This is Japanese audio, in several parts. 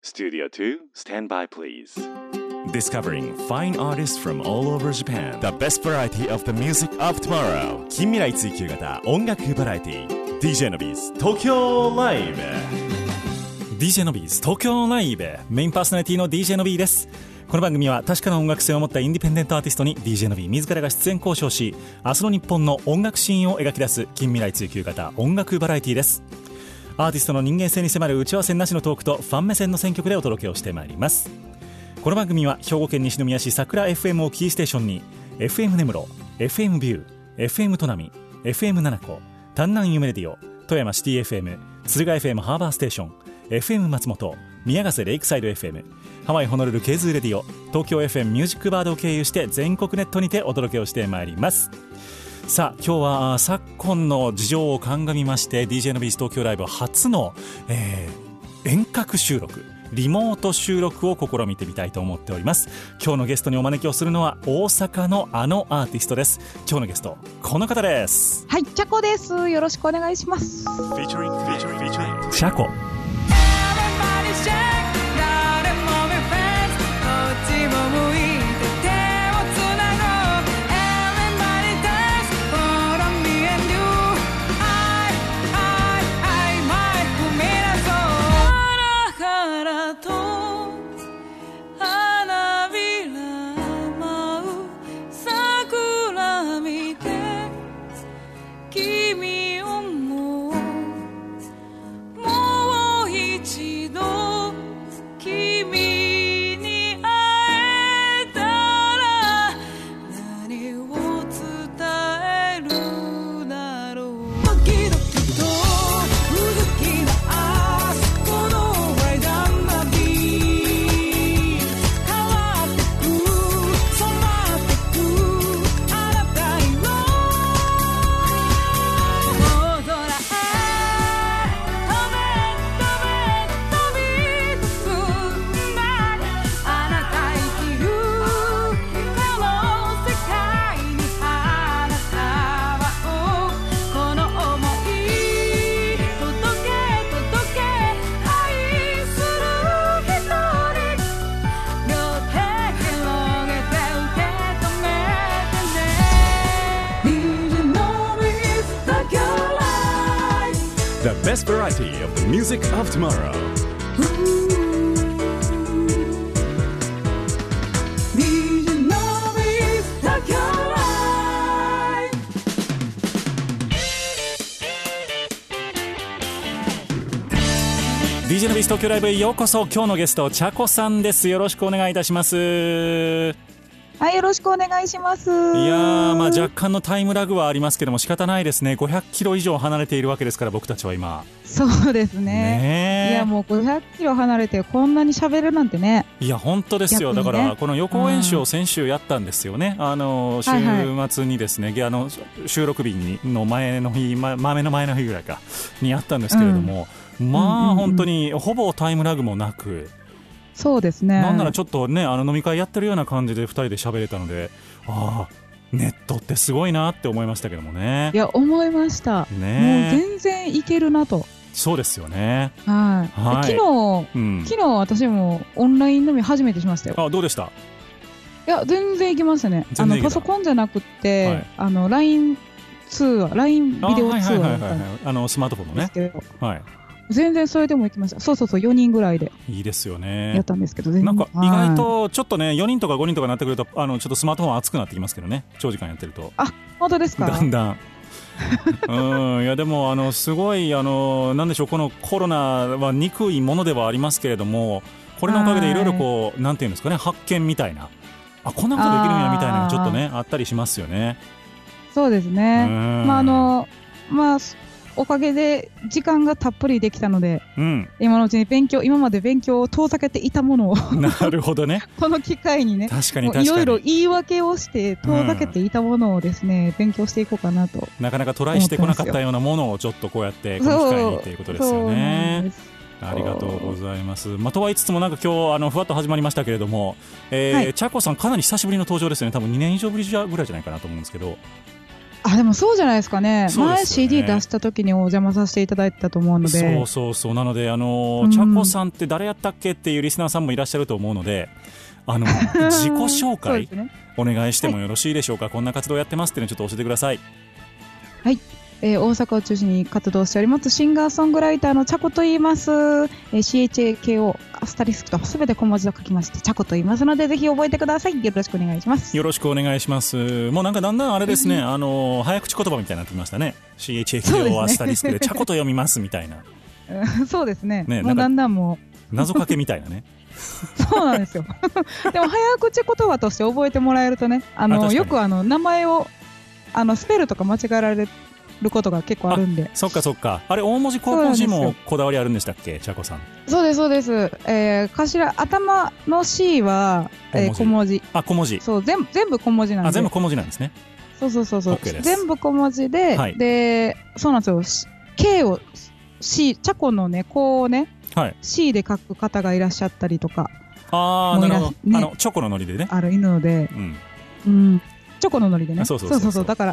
Studio 2, stand by please. Discovering fine artists from all over Japan. The best variety of the music of tomorrow. 近未来追求型音楽バラエティ DJ のビーズ東京ライブ DJ のビーズ東京ライブメインパーソナリティの DJ のビーです。この番組は確かな音楽性を持ったインディペンデントアーティストに DJ のビー自らが出演交渉し、明日の日本の音楽シーンを描き出す近未来追求型音楽バラエティです。アーティストの人間性に迫る打ち合わせなしのトークとファン目線の選曲でお届けをしてまいります。この番組は兵庫県西宮市桜 FM をキーステーションに FM 根室、FM ビュー、FM 砺波、FM 七子、丹南夢レディオ、富山シティ FM、敦賀 FM ハーバーステーション、FM 松本、宮ヶ瀬レイクサイド FM、ハワイホノルルケーズーレディオ、東京 FM ミュージックバードを経由して全国ネットにてお届けをしてまいります。さあ今日は昨今の事情を鑑みまして DJ のビーズ東京ライブ初の、遠隔収録リモート収録を試みてみたいと思っております。今日のゲストにお招きをするのは大阪のあのアーティストです。今日のゲストこの方です。 はい、チャコです。よろしくお願いします。 チャコThe best variety of the music of tomorrow. DJ のビーズ東京ライブへようこそ。今日のゲストチャコさんです。よろしくお願いいたします。 はい、よろしくお願いします。いや若干のタイムラグはありますけども仕方ないですね。500キロ以上離れているわけですから僕たちは今。 そうですね。いやもう500キロ離れてこんなに喋るなんてね。 いや本当ですよ、ね、だからこの予行演習を先週やったんですよね。週末にですね、収録日の前の日、豆の前の日ぐらいかにやったんですけれども、本当にほぼタイムラグもなく、 そうですね、 なんならちょっとね飲み会やってるような感じで2人で喋れたので、ネットってすごいなって思いましたけどもね。 いや思いました、ね、もう全然いけるなと。 そうですよね。 はい、昨日私もオンライン飲み初めてしましたよ。 どうでした？ いや全然いきましたね。パソコンじゃなくって、LINE 通話、LINE ビデオ通話、 スマートフォンのね。 全然それでも行きました。そう4人ぐらいでいいですよね。 やったんですけど、 なんか意外とちょっとね4人とか5人とかなってくるとちょっとスマートフォン熱くなってきますけどね、長時間やってると。 本当ですか？ だんだんいやでもすごいなんでしょう、このコロナは憎いものではありますけれども、これのおかげでいろいろなんていうんですかね、発見みたいな、こんなことできるんやみたいなのがちょっとねあったりしますよね。 そうですね。おかげで時間がたっぷりできたので、今のうちに今まで勉強を遠ざけていたものをなるほどねこの機会にね、 確かにいろいろ言い訳をして遠ざけていたものをですね、勉強していこうかなと。 なかなかトライしてこなかったようなものをちょっとこうやってこの機会にということですよね。ありがとうございます。とは言いつつもなんか今日ふわっと始まりましたけれども、チャコさんかなり久しぶりの登場ですよね。多分2年以上ぶりぐらいじゃないかなと思うんですけど。 でもそうじゃないですかね。 そうですよね前 CD 出した時にお邪魔させていただいたと思うので。 そうなのでちゃこさんって誰やったっけっていうリスナーさんもいらっしゃると思うので自己紹介、ね、お願いしてもよろしいでしょうか。こんな活動やってますっていうのをちょっと教えてください。 はい、大阪を中心に活動しておりますシンガーソングライターのちゃこと言います。CHAKO アスタリスクとすべて小文字と書きましてちゃこと言いますのでぜひ覚えてください。よろしくお願いします。 よろしくお願いします。もうなんかだんだんあれですね、早口言葉みたいになってきましたね。 CHAKO アスタリスクでちゃこと読みますみたいなそうですね。 もうだんだんもう謎かけみたいなねそうなんですよでも早口言葉として覚えてもらえるとねよく名前をスペルとか間違えられることが結構あるんで。 そっかあれ大文字小文字もこだわりあるんでしたっけ、ちゃこさん。 そうです頭の C は小文字。 小文字。 そう全部小文字なんで。 全部小文字なんですね。 そう OKです。 全部小文字で、 はい、 でそうなんですよ。K を C ちゃこのねこうね、 はい、 C で書く方がいらっしゃったりとか。 なるほど、ね、チョコのノリでねあるので、チョコのノリでね。そうだから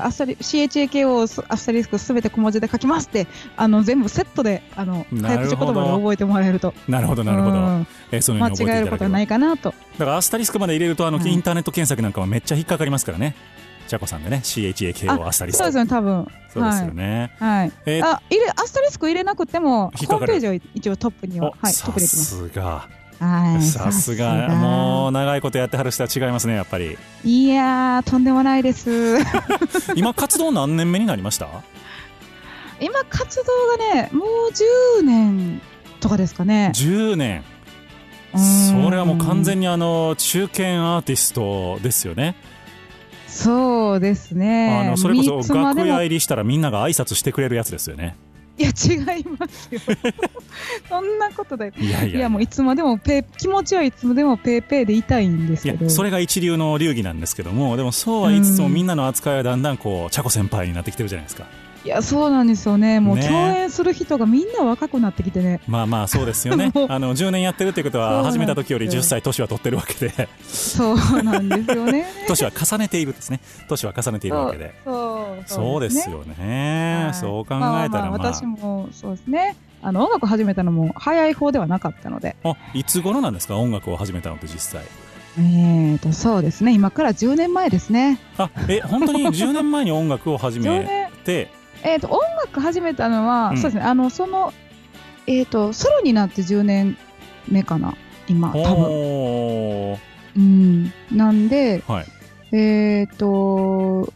CHAKO アスタリスクすべて小文字で書きますって全部セットで早口言葉で覚えてもらえると。 なるほど、そういうのに覚えていただければ間違えることはないかなと。 だからアスタリスクまで入れるとインターネット検索なんかはめっちゃ引っかかりますからね。ちゃこさんでね CHAKO アスタリスク。 そうですよね多分。 そうですよね。 はい。アスタリスク入れなくてもホームページは一応トップにはトップできます。 さすがもう長いことやってはる人は違いますねやっぱり。 いやーとんでもないです今活動何年目になりました？ 今活動がねもう10年とかですかね。 10年。それはもう完全に中堅アーティストですよね。そうですね。それこそ楽屋入りしたらみんなが挨拶してくれるやつですよね。 いや違いますよそんなことだよ。いやもういつまでも気持ちはいつまでもペーペーでいたいんですけど。 それが一流の流儀なんですけども、でもそうは言いつつもみんなの扱いはだんだんこうちゃこ先輩になってきてるじゃないですか。 いやそうなんですよね。もう共演する人がみんな若くなってきてね。 まあそうですよね10年やってるっていうことは始めた時より10歳年は取ってるわけでそうなんですよね年は重ねているですね。年は重ねているわけで。そうですよね。そう考えたら私もそうですね。音楽始めたのも早い方ではなかったので。 いつ頃なんですか音楽を始めたのって実際。 そうですね今から10年前ですね。 本当に10年前に音楽を始めて音楽始めたのは、そうですねソロになって10年目かな今多分。なんで、はい、でも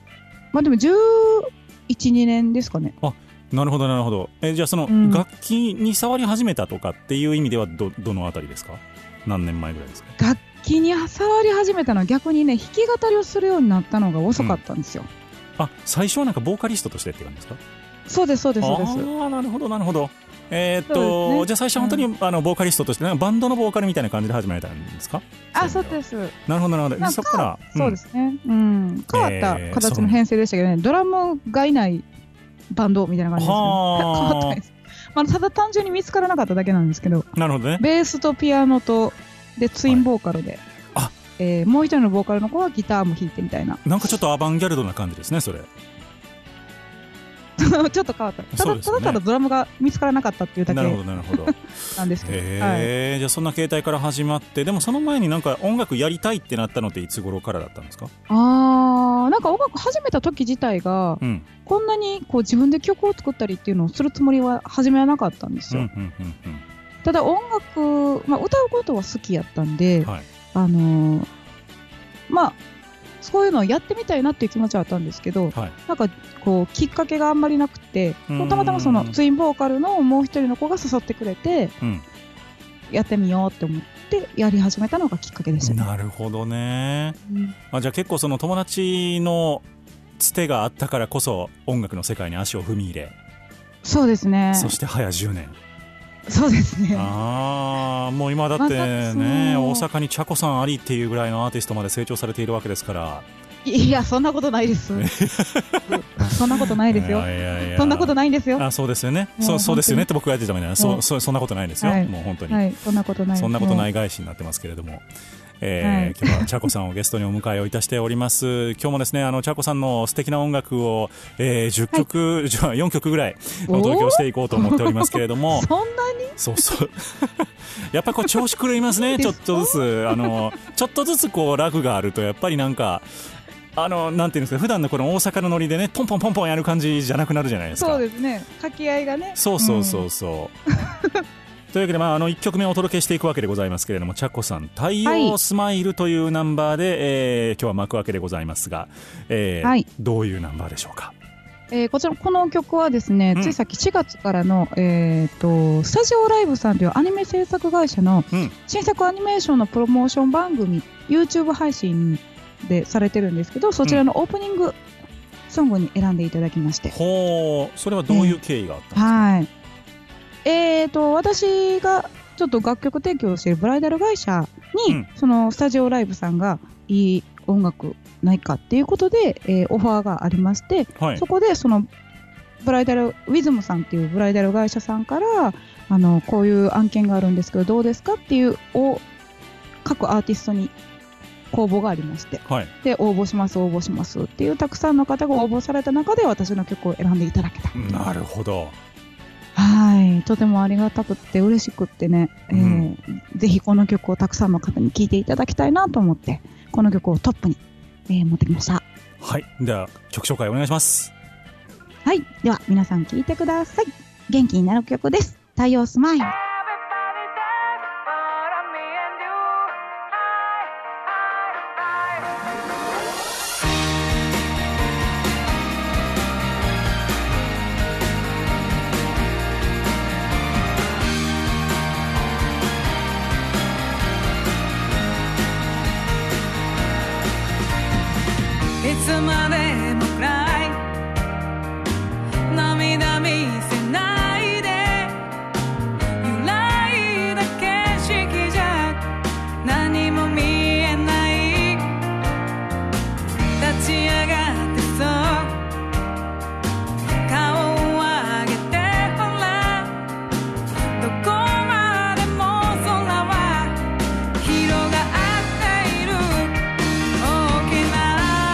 11、12年ですかね。 なるほど。じゃあその、楽器に触り始めたとかっていう意味ではどのあたりですか？何年前ぐらいですか？ 楽器に触り始めたのは逆にね弾き語りをするようになったのが遅かったんですよ。 最初はなんかボーカリストとしてって感じですか？そうです。 なるほど。じゃあ最初は本当にボーカリストとしてなんかバンドのボーカルみたいな感じで始められたんですか？そうです。なるほど。そこからそうですね。変わった形の編成でしたけどね。ドラムがいないバンドみたいな感じですね。変わったです。ただ単純に見つからなかっただけなんですけど。 なるほどね。 ベースとピアノとでツインボーカルで。もう一人のボーカルの子はギターも弾いてみたいな。 なんかちょっとアバンギャルドな感じですねそれ。 ちょっと変わった。ただドラムが見つからなかったっていうだけなんですけど。 じゃあそんな携帯から始まって、でもその前になんか音楽やりたいってなったのっていつ頃からだったんですか？なんか音楽始めた時自体が、こんなにこう自分で曲を作ったりっていうのをするつもりは初めはなかったんですよ。ただ音楽、歌うことは好きやったんで、そういうのをやってみたいなっていう気持ちはあったんですけど、なんかこうきっかけがあんまりなくて、たまたまそのツインボーカルのもう一人の子が誘ってくれて、やってみようって思ってやり始めたのがきっかけでしたね。なるほどね。じゃあ結構その友達のつてがあったからこそ音楽の世界に足を踏み入れ。そうですね。そして早10年。そうですね。もう今だってね、大阪にちゃこさんありっていうぐらいのアーティストまで成長されているわけですから。 いやそんなことないですそんなことないですよ。そんなことないんですよ。 そうですよね。そうですよねって僕が言ってたみたいな。そんなことないですよ。もう本当に、そんなことない返しになってますけれども、 今日はチャコさんをゲストにお迎えをいたしております。今日もですね、チャコさんの素敵な音楽を、10曲、じゃあ4曲ぐらいお届けをしていこうと思っておりますけれども。 そんなに？ そうそうやっぱりこう調子狂いますね。ちょっとずつちょっとずつこうラグがあるとやっぱりなんかなんていうんですか、普段のこの大阪のノリでね、ポンポンポンポンやる感じじゃなくなるじゃないですか。 そうですね、掛け合いがね。 そうそうそうそう、というわけで、1曲目をお届けしていくわけでございますけれども、チャコさん太陽スマイルというナンバーで、今日は幕開けでございますが、どういうナンバーでしょうか？ この曲はですね、ついさっき4月からの、スタジオライブさんというアニメ制作会社の新作アニメーションのプロモーション番組、YouTube 配信でされてるんですけど、そちらのオープニングソングに選んでいただきまして。 ほう、それはどういう経緯があったんですか？ 私がちょっと楽曲提供しているブライダル会社に、そのスタジオライブさんがいい音楽ないかっていうことで、オファーがありまして、そこでそのブライダルウィズムさんっていうブライダル会社さんからこういう案件があるんですけどどうですかっていう各アーティストに公募がありまして、で応募しますっていうたくさんの方が応募された中で私の曲を選んでいただけた。 なるほど。 はい、とてもありがたくって嬉しくってね、ぜひこの曲をたくさんの方に聴いていただきたいなと思ってこの曲をトップに、持ってきました。 はい、では曲紹介お願いします。 はい、では皆さん聴いてください。元気になる曲です。太陽スマイル。 いつまでも暗い涙見せないで揺らいだ景色じゃ何も見えない立ち上がってそう顔を上げてほらどこまでも空は広がっている大きな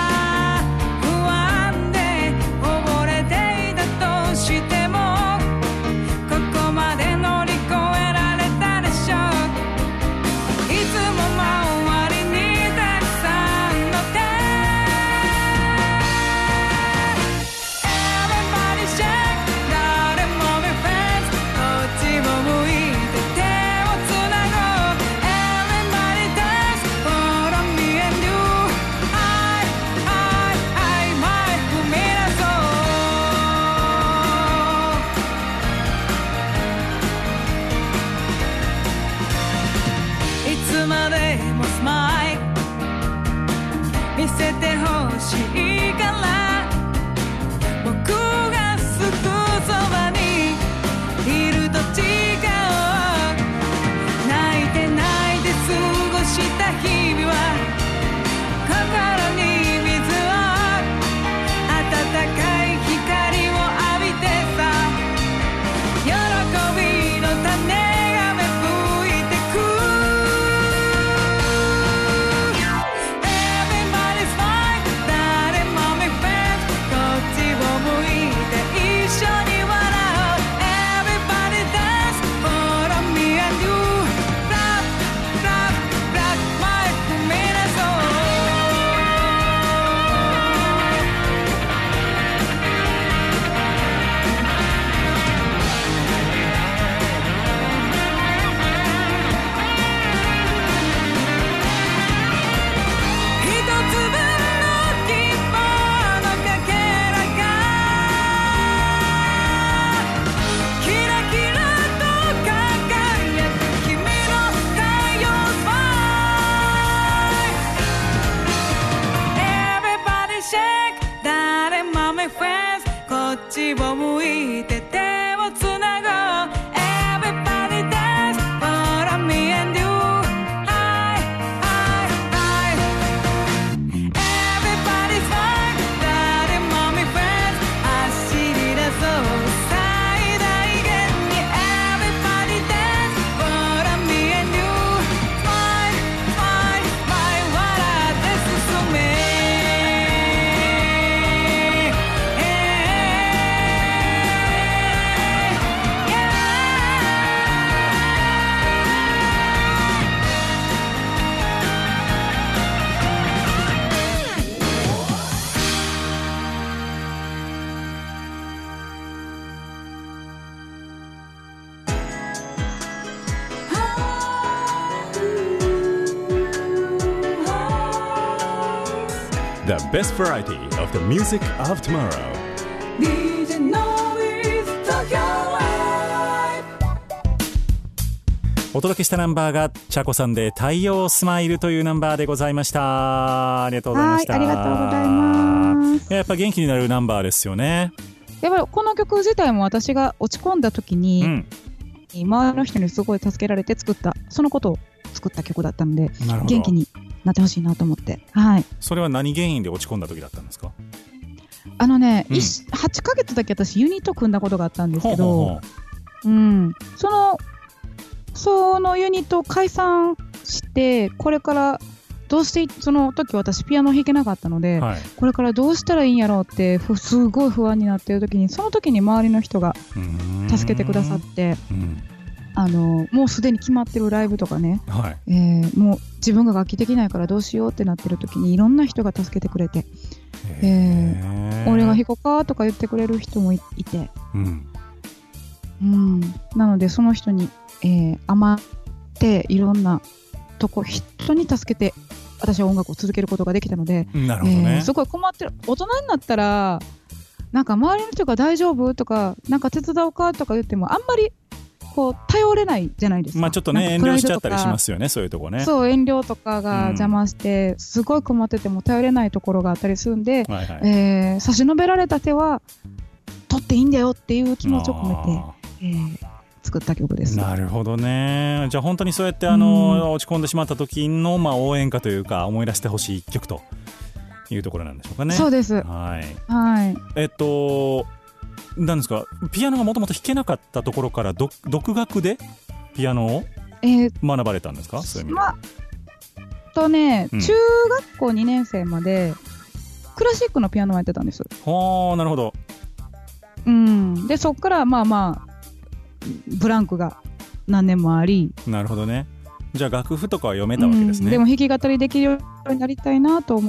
見せてほしいから僕がすぐそばにいると違う泣いて泣いて過ごした日々は心に水を温かい光を浴びてさ喜びの種が芽吹いてくEverybody's fine 誰も見 The best variety of the music of tomorrow. DJ Nobis Tokyo Live お届けしたナンバーがチャコさんで太陽スマイルというナンバーでございました。ありがとうございました。 はい、ありがとうございます。 やっぱ元気になるナンバーですよね。 やっぱりこの曲自体も私が落ち込んだ時に、周りの人にすごい助けられて作ったそのことを作った曲だったので、元気になってほしいなと思って、はい。それは何原因で落ち込んだ時だったんですか？ 8ヶ月だけ私ユニット組んだことがあったんですけど、そのユニットを解散してこれからどうしてその時私ピアノ弾けなかったので、これからどうしたらいいんやろうってすごい不安になっている時にその時に周りの人が助けてくださって、もうすでに決まってるライブとかね、もう自分が楽器できないからどうしようってなってる時にいろんな人が助けてくれて、俺が弾こうかとか言ってくれる人もいて、なのでその人に、余っていろんな人に助けて私は音楽を続けることができたので、すごい困ってる。大人になったらなんか周りの人が大丈夫とかなんか手伝おうかとか言ってもあんまりこう頼れないじゃないですか。 ちょっとね遠慮しちゃったりしますよね、そういうとこね。 そう、遠慮とかが邪魔して、すごい困ってても頼れないところがあったりするんで、差し伸べられた手は取っていいんだよっていう気持ちを込めて、作った曲です。 なるほどね。じゃあ本当にそうやって落ち込んでしまった時の、応援歌というか思い出してほしい一曲というところなんでしょうかね。 そうです。 はい。なんですか、ピアノがもともと弾けなかったところから独学でピアノを学ばれたんですか？そういう意味で。中学校2年生までクラシックのピアノをやってたんです。 はあ、なるほど。 でそっからブランクが何年もあり。 なるほどね。じゃあ楽譜とかは読めたわけですね。 でも弾き語りできるようになりたいなと思って、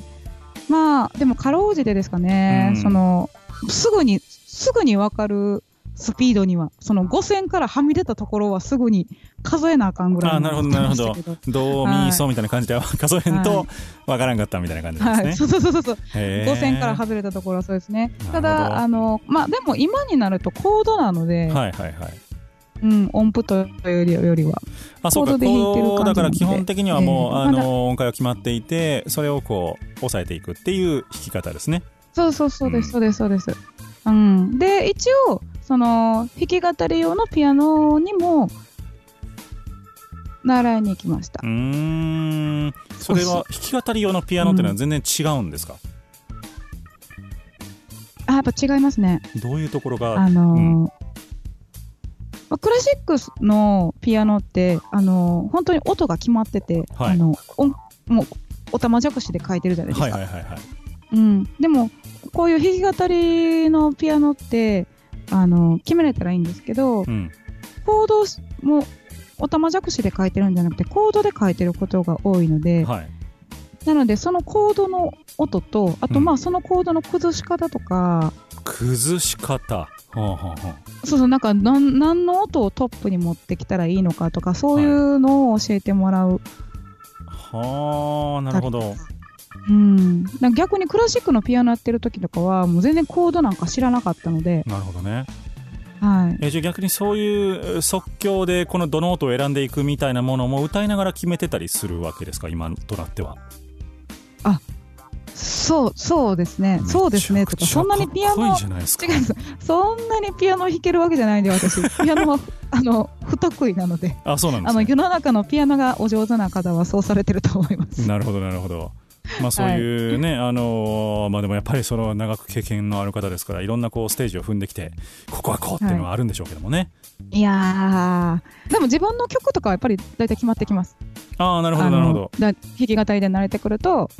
でもかろうじてですかね、すぐに分かるスピードにはその5線からはみ出たところはすぐに数えなあかんぐらい。 なるほどなるほど。ドミソみたいな感じで数えんと分からんかったみたいな感じですね。 そう5線から外れたところはそうですね。ただでも今になるとコードなので、音符というよりはコードで弾いてる感じなので、だから基本的にはもう音階は決まっていて、それをこう抑えていくっていう弾き方ですね。 そうです。で一応その弾き語り用のピアノにも習いに行きました。 それは弾き語り用のピアノっていうのは全然違うんですか？ やっぱ違いますね。 どういうところが？ クラシックのピアノって本当に音が決まってて、もうおたまじゃくしで書いてるじゃないですか。でもこういう弾き語りのピアノって決めれたらいいんですけど、コードもおたまじゃくしで書いてるんじゃなくてコードで書いてることが多いので、なのでそのコードの音とあとそのコードの崩し方とか。 崩し方。 なんか何の音をトップに持ってきたらいいのかとかそういうのを教えてもらう。 なるほど。 逆にクラシックのピアノやってる時とかはもう全然コードなんか知らなかったので。 なるほどね。じゃあ逆にそういう即興でこのどの音を選んでいくみたいなものも歌いながら決めてたりするわけですか、今となっては。 そうですねとか、そんなにピアノそんなにピアノ弾けるわけじゃないんで、私ピアノは不得意なので。 そうなんですね。 世の中のピアノがお上手な方はそうされてると思います。 なるほど。そういうね、でもやっぱりその長く経験のある方ですから、いろんなこうステージを踏んできて、ここはこうっていうのはあるんでしょうけどもね。 いやでも自分の曲とかはやっぱり大体決まってきます。 なるほど。 弾き語りで慣れてくると、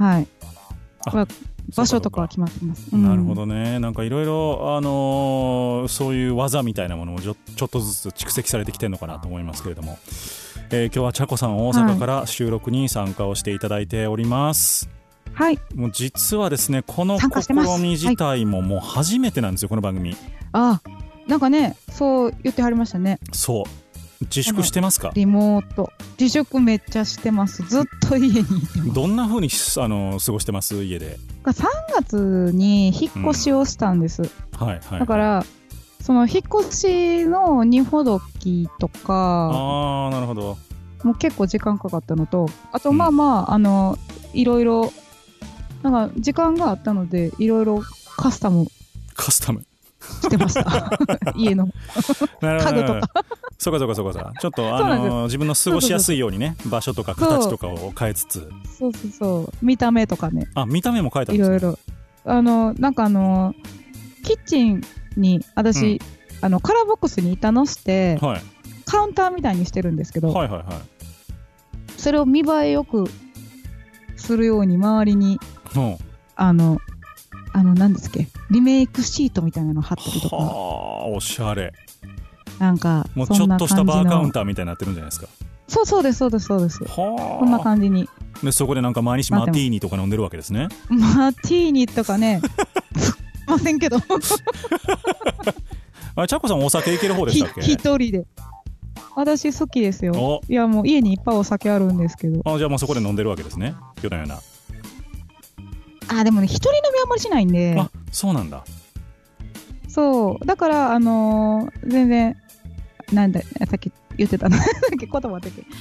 場所とかは決まってます。 なるほどね。なんかいろいろそういう技みたいなものもちょっとずつ蓄積されてきてるのかなと思いますけれども、今日はチャコさん大阪から収録に参加をしていただいております。もう実はですね、この試み自体ももう初めてなんですよ、この番組。 なんかね、そう言ってはりましたね。 自粛してますか？ リモート自粛めっちゃしてます。ずっと家にいてます。 どんな風に過ごしてます？家で。 3月に引っ越しをしたんです、 はいはい。 だからその引っ越しの荷ほどきとか、 なるほど。 もう結構時間かかったのと、あといろいろなんか時間があったのでいろいろカスタムしてました家の家具とかそうかちょっと自分の過ごしやすいようにね、場所とか形とかを変えつつ、 そう見た目とかね。 見た目も変えたんですね。 いろいろなんかキッチンに私、カラーボックスに板のして、はい、カウンターみたいにしてるんですけど、はいはいはい、それを見栄えよくするように周りに、何ですっけ、リメイクシートみたいなの貼ったりとか。 おしゃれ。 なんかもうちょっとしたバーカウンターみたいになってるんじゃないですか。 そうですこんな感じに。 でそこでなんか毎日マティーニとか飲んでるわけですね。 マティーニとかねませんけどチャコさんお酒いける方でしたっけ？ 一人で。私好きですよ。いやもう家にいっぱいお酒あるんですけど。 じゃあもうそこで飲んでるわけですね。夜な夜な。 でもね、一人飲みあんまりしないんで。 そうなんだ。 そうだから全然なんださっき言ってたのさっき言葉だけ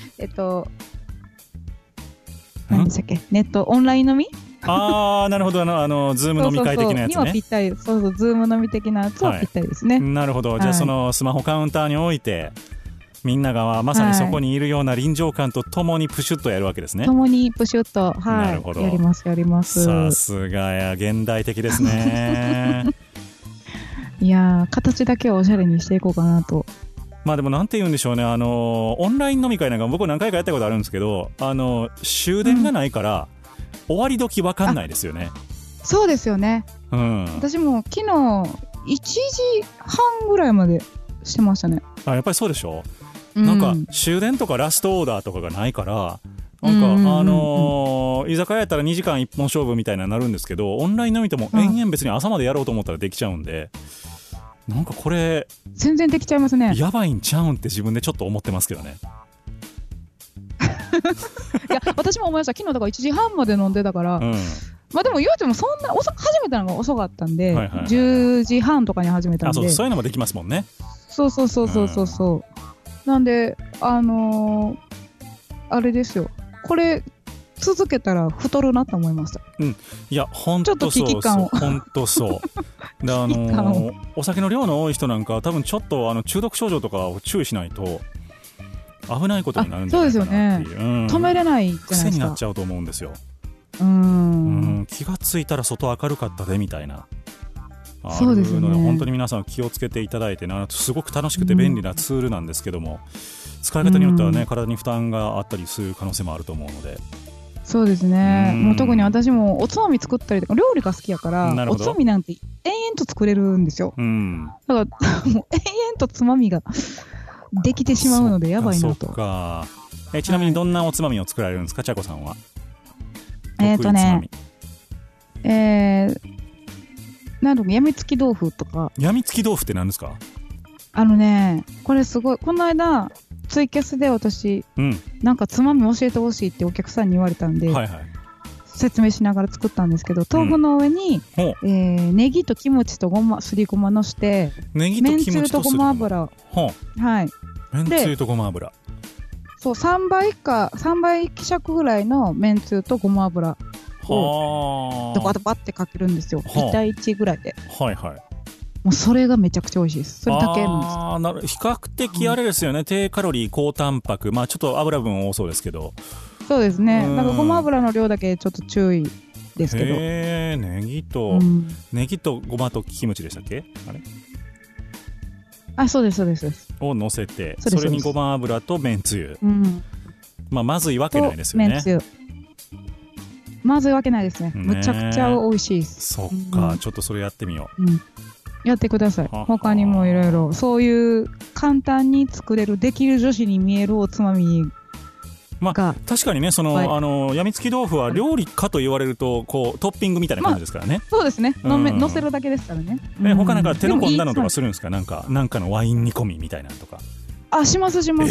何でしたっけ、ネットオンライン飲み。 なるほど。ズーム飲み会的なやつね。 にはぴったり。ズーム飲み的なやつはぴったりですね。 なるほど。じゃあそのスマホカウンターに置いて、みんながまさにそこにいるような臨場感とともにプシュッとやるわけですね。 ともにプシュッと、 なるほど。 やります。 さすがや現代的ですねいや形だけはおしゃれにしていこうかなと。 でもなんて言うんでしょうね、オンライン飲み会なんか僕何回かやったことあるんですけど、終電がないから、終わり時分かんないですよね。 そうですよね、私も昨日1時半ぐらいまでしてましたね。 やっぱりそうでしょ。なんか終電とかラストオーダーとかがないから、なんか居酒屋やったら2時間1本勝負みたいななるんですけど、オンライン飲みとも延々別に朝までやろうと思ったらできちゃうんで、なんかこれ全然できちゃいますね。 やばいんちゃうんって自分でちょっと思ってますけどねいや私も思いました。昨日だから1時半まで飲んでたから、でも言うてもそんな始めたのが遅かったんで、10時半とかに始めたんで。 そういうのもできますもんね。 そうなんであれですよ、これ続けたら太るなと思いました。 いや本当そう。ちょっと危機感を。本当そうでお酒の量の多い人なんか多分ちょっと中毒症状とかを注意しないと危ないことになるんじゃないかなっていう。 そうですよね、止めれないじゃないですか。 癖になっちゃうと思うんですよ。気がついたら外明るかったでみたいな。 そうですよね。 本当に皆さん気をつけていただいてすごく楽しくて便利なツールなんですけども、使い方によってはね、体に負担があったりする可能性もあると思うので。そうですね。 もう特に私もおつまみ作ったりとか料理が好きやから、おつまみなんて延々と作れるんですよ。だからもう延々とつまみができてしまうのでやばいなと。 ちなみにどんなおつまみを作られるんですか、ちゃこさんは。 なんとかやみつき豆腐とか。 やみつき豆腐って何ですか？ これすごい、この間ツイキャスで私、なんかつまみ教えてほしいってお客さんに言われたんで、説明しながら作ったんですけど、豆腐の上に、ネギとキムチとすりごまのして、 ネギとキムチとすりごま、 めんつゆとごま油、 めんつゆとごま油、 そう3倍希釈ぐらいのめんつゆとごま油をバッてかけるんですよ。1対1ぐらいで。もうそれがめちゃくちゃ美味しいです。それだけなんです。 比較的あれですよね、低カロリー高タンパク、ちょっと油分多そうですけど。 そうですね。なんかごま油の量だけちょっと注意ですけど。 ネギとごまとキムチでしたっけ？ そうですを乗せて、それにごま油とめんつゆ、まずいわけないですよね。 めんつゆまずいわけないですね。むちゃくちゃ美味しいです。 そっか、ちょっとそれやってみよう。 やってください。他にもいろいろそういう簡単に作れる、できる女子に見えるおつまみが、 確かにね、やみつき豆腐は料理かと言われるとこうトッピングみたいな感じですからね。 そうですね。乗せるだけですからね。 他なんか手の込んだのとかするんですか？なんかのワイン煮込みみたいなのとか。 あ、しますします。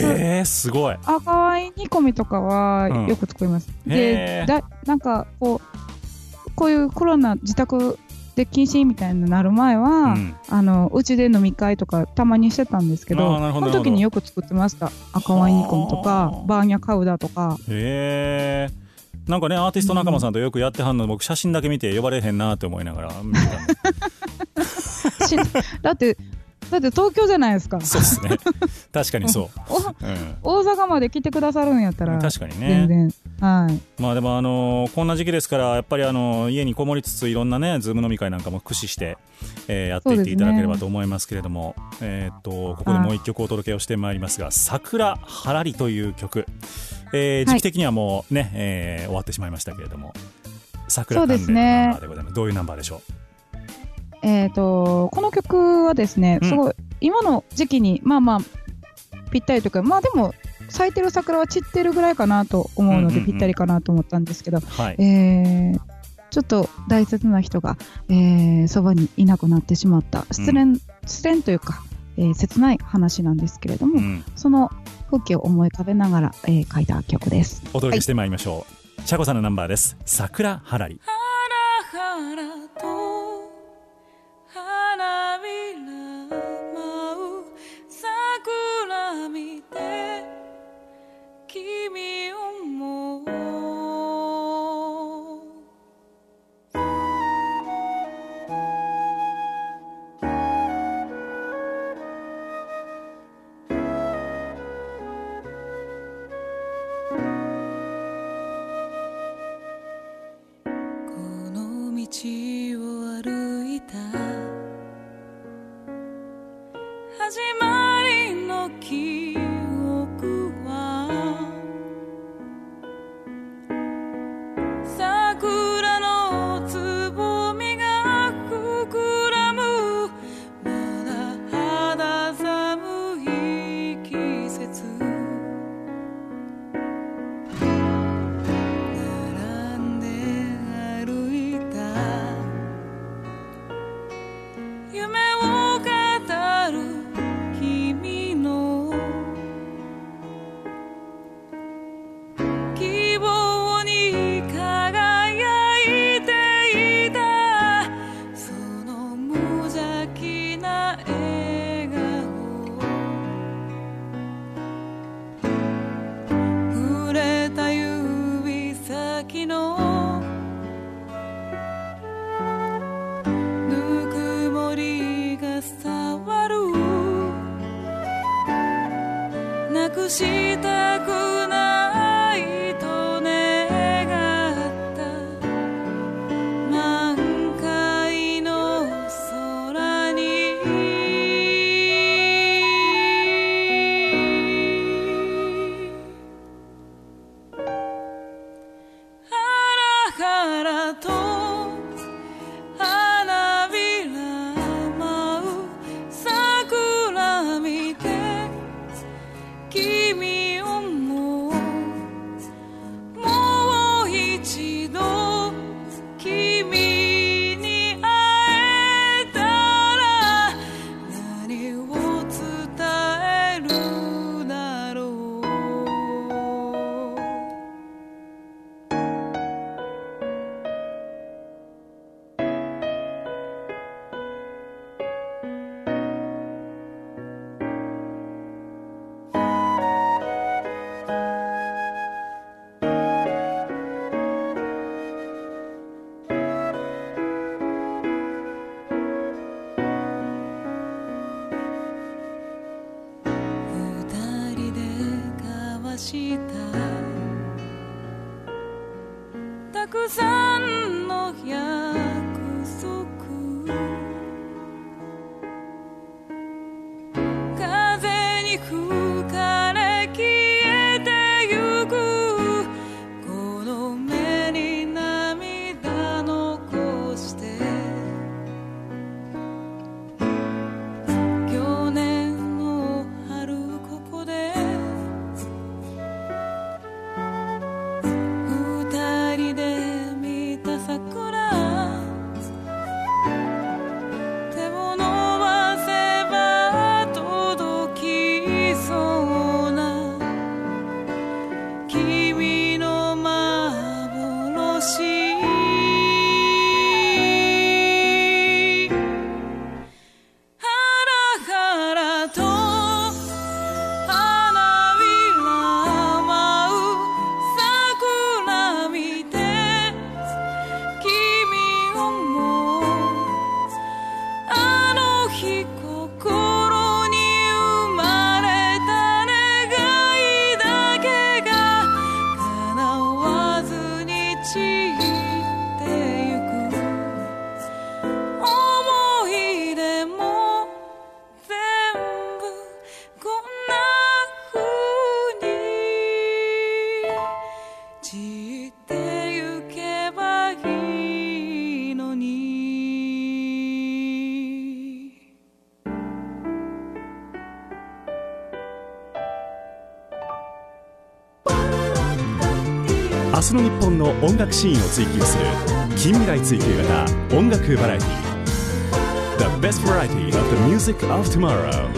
すごい。 赤ワイン煮込みとかはよく作ります。で、なんかこういうコロナ自宅で禁止みたいになる前は、うちで飲み会とかたまにしてたんですけど、その時によく作ってました。赤ワイン煮込みとかバーニャカウダとか。 なんかね、アーティスト仲間さんとよくやってはんの、僕写真だけ見て呼ばれへんなって思いながら見てただって東京じゃないですか。 そうですね。確かにそう。 大阪まで来てくださるんやったら確かにね。 全然。はい。 まあでもこんな時期ですからやっぱり家にこもりつついろんなねズーム飲み会なんかも駆使して、やっていっていただければと思いますけれども、ここでもう一曲お届けをしてまいりますが、桜はらりという曲、時期的にはもうね、終わってしまいましたけれども、桜関連のナンバーでございます。どういうナンバーでしょう？ この曲はですね、すごい今の時期にまあまあぴったりというか、まあでも咲いてる桜は散ってるぐらいかなと思うのでぴったりかなと思ったんですけど、ちょっと大切な人がそばにいなくなってしまった失恋というか、切ない話なんですけれども、その風景を思い浮かべながら、書いた曲です。 お届けしてまいりましょう。ちゃこさんのナンバーです。桜はらり。 はらはらと花びら舞う桜見て君を思う。この道を歩いた始まりの記憶は桜のつぼみが膨らむまだ肌寒い季節、並んで歩いた夢を語る君の希望に輝いていたその無邪気な笑顔、触れた指先のぬくもりが触る、なくしたくないと願った満開の空にはらはらと花びら舞う桜見て君を思う。もう一度君に会えたら何を伝えるだろう。二人で交わしたたくさんの約束、風に吹かれ消えてゆくこの目に涙残して去年の春ここで二人で見明日の日本の音楽シーンを追求する近未来追求型音楽バラエティ The best variety of the music of tomorrow。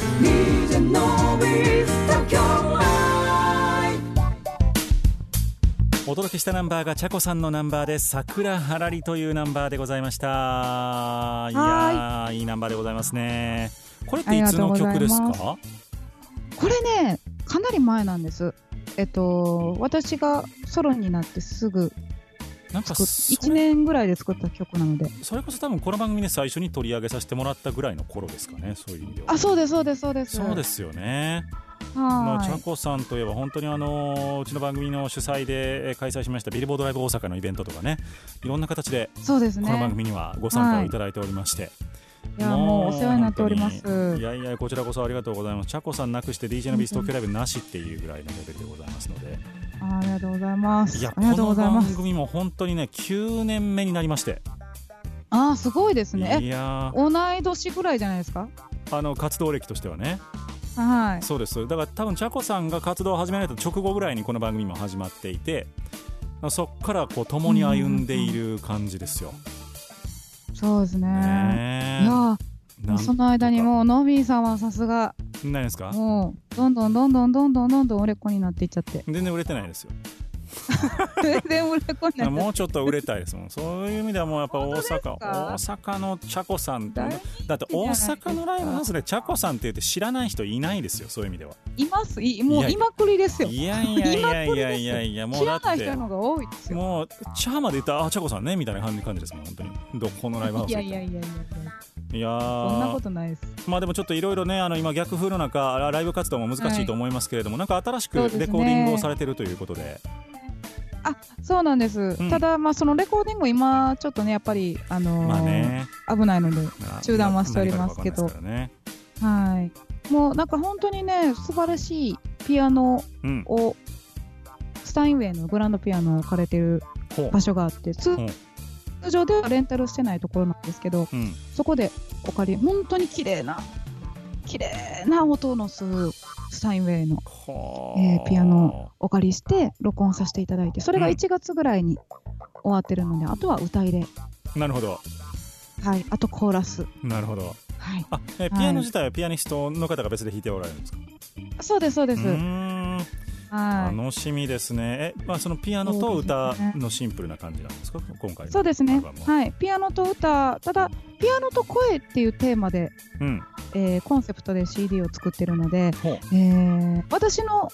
お届けしたナンバーがチャコさんのナンバーで桜はらりというナンバーでございました。いやー、いいナンバーでございますね。これっていつの曲ですか？ これね、かなり前なんです。私がソロになってすぐなんか 1年ぐらいで作った曲なので、 それこそ多分この番組で最初に取り上げさせてもらったぐらいの頃ですかね。そういう意味では。 あ、そうですそうですそうです。 そうですよね。 はい。 チャコさんといえば本当にうちの番組の主催で開催しましたビルボードライブ大阪のイベントとかね、いろんな形でそうですね、 この番組にはご参加をいただいておりまして、 いやもうお世話になっております。 いやいや、こちらこそありがとうございます。チャコさんなくして DJ のビース東京ライブなしっていうぐらいのレベルでございますので、 ありがとうございます。 いや、この番組も本当にね9年目になりまして、 あーすごいですね。 いや同い年ぐらいじゃないですか？ 活動歴としてはね。 はい、 そうです。だから多分チャコさんが活動を始められた直後ぐらいにこの番組も始まっていて、そっからこう共に歩んでいる感じですよ。 そうですね。いやその間にもうノビーさんはさすが。 何ですか？ もうどんどん売れっ子になっていっちゃって。 全然売れてないですよ。 全然売れっ子になって。 もうちょっと売れたいですもん。そういう意味ではもうやっぱ大阪のチャコさんだって大阪のライブハウスでチャコさんって言って知らない人いないですよ。そういう意味では。 います。もう今くりですよ。 いやもうだって知らない人の方が多いですよ。 もうチャーまで言ったらチャコさんねみたいな感じですもん本当に。どこのライブハウス。いやそんなことないです。 まあでもちょっといろいろね今逆風の中ライブ活動も難しいと思いますけれども、なんか新しくレコーディングをされてるということで。 あ、そうなんです、ただそのレコーディング今ちょっとねやっぱり危ないので中断はしておりますけど、はい、もうなんか本当にね素晴らしいピアノを、スタインウェイのグランドピアノを置かれてる場所があって、通常ではレンタルしてないところなんですけど、そこで本当に綺麗な音のするスタインウェイの、ピアノをお借りして録音させていただいて、それが1月ぐらいに終わってるので、あとは歌入れ。 なるほど。 はい、あとコーラス。 なるほど。 はい。 ピアノ自体はピアニストの方が別で弾いておられるんですか？ そうですそうです。 楽しみですね。そのピアノと歌のシンプルな感じなんですか？今回の。 そうですね。はい。ピアノと歌、ただピアノと声っていうテーマで、コンセプトで CD を作ってるので、私の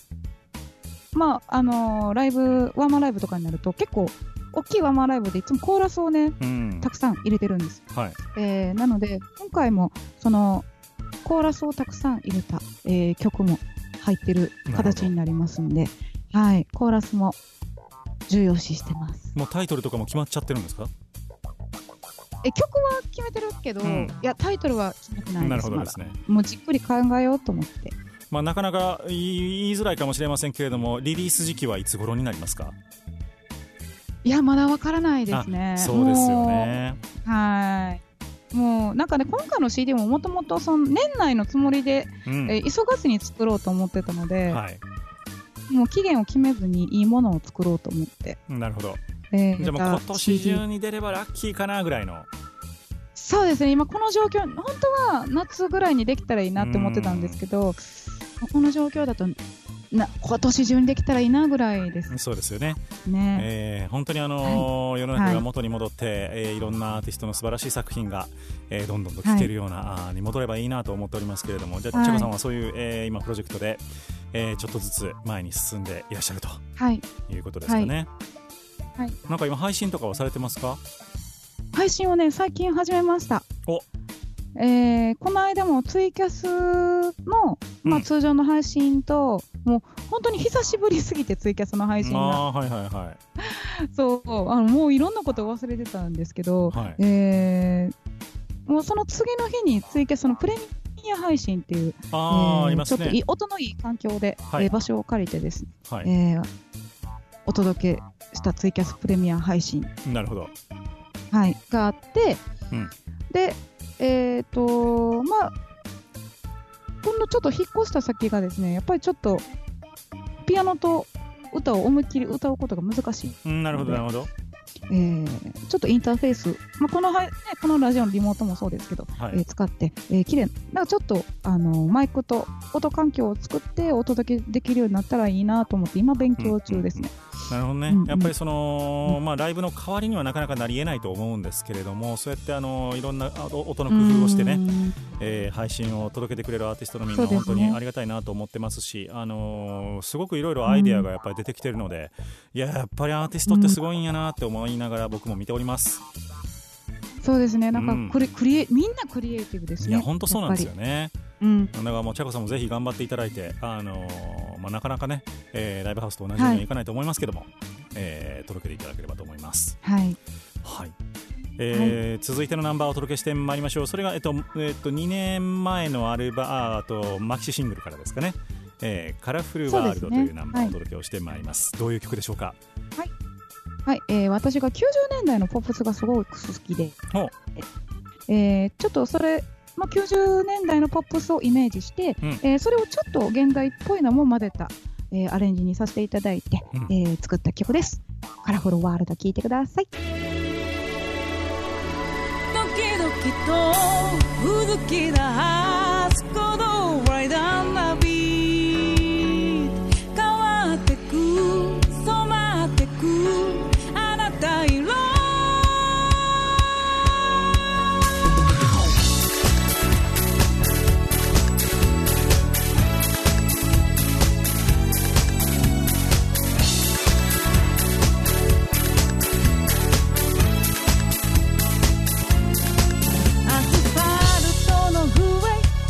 ライブワンマンライブとかになると結構大きいワンマンライブでいつもコーラスをね、たくさん入れてるんです。 はい。 なので今回もそのコーラスをたくさん入れた、曲も入ってる形になりますんで、はい、コーラスも重要視してます。 もうタイトルとかも決まっちゃってるんですか？ 曲は決めてるけど、いやタイトルは決めてないです。 なるほどですね。 もうじっくり考えようと思って。 なかなか言いづらいかもしれませんけれども、リリース時期はいつ頃になりますか？ いやまだわからないですね。 そうですよね。 はい。もうなんかね、今回の CD ももともと年内のつもりで、急がずに作ろうと思ってたので、もう期限を決めずにいいものを作ろうと思って。 なるほど。じゃあもう今年中に出ればラッキーかなぐらいの。 そうですね。今この状況、本当は夏ぐらいにできたらいいなって思ってたんですけど、この状況だと今年中にできたらいいなぐらいです。 そうですよね。本当に世の中が元に戻って、いろんなアーティストの素晴らしい作品が、どんどんと聴けるような、に戻ればいいなと思っておりますけれども、じゃあチャコさんはそういう、今プロジェクトで、ちょっとずつ前に進んでいらっしゃると、いうことですかね。 はい。 なんか今配信とかはされてますか？ 配信をね最近始めました。この間もツイキャスの、通常の配信と、もう本当に久しぶりすぎてツイキャスの配信が、そうもういろんなことを忘れてたんですけど、もうその次の日にツイキャスのプレミア配信っていう、ちょっと音のいい環境で、場所を借りてですね、お届けしたツイキャスプレミア配信、 なるほど、 があって、で今度ちょっと引っ越した先がですね、やっぱりちょっとピアノと歌を思いっきり歌うことが難しい。 なるほどなるほど。 ちょっとインターフェース、このラジオのリモートもそうですけど、使って、綺麗なちょっとマイクと音環境を作ってお届けできるようになったらいいなと思って今勉強中ですね。 なるほどね、やっぱりその、ライブの代わりにはなかなかなり得ないと思うんですけれども、そうやっていろんな音の工夫をしてね、配信を届けてくれるアーティストのみんな本当にありがたいなと思ってますし、すごくいろいろアイデアがやっぱり出てきてるので、やっぱりアーティストってすごいんやなって思いながら僕も見ております。 そうですね、なんかみんなクリエイティブですね。 いや本当そうなんですよね。だからもうちゃこさんもぜひ頑張っていただいて、なかなかね、ライブハウスと同じようにはいかないと思いますけども、届けていただければと思います。はい、続いてのナンバーをお届けしてまいりましょう。それが、2年前のアルバマキシシングルからですかね、カラフルワールドというナンバーをお届けをしてまいります。どういう曲でしょうか。 私が90年代のポップスがすごく好きで、ちょっとそれ、90年代のポップスをイメージして、それをちょっと現代っぽいのも混ぜた、アレンジにさせていただいて、作った曲です。カラフルワールド聴いてください。 ドキドキとうずきだはすこのライダーナビー変わってく染まってくあなた色アスファルトの上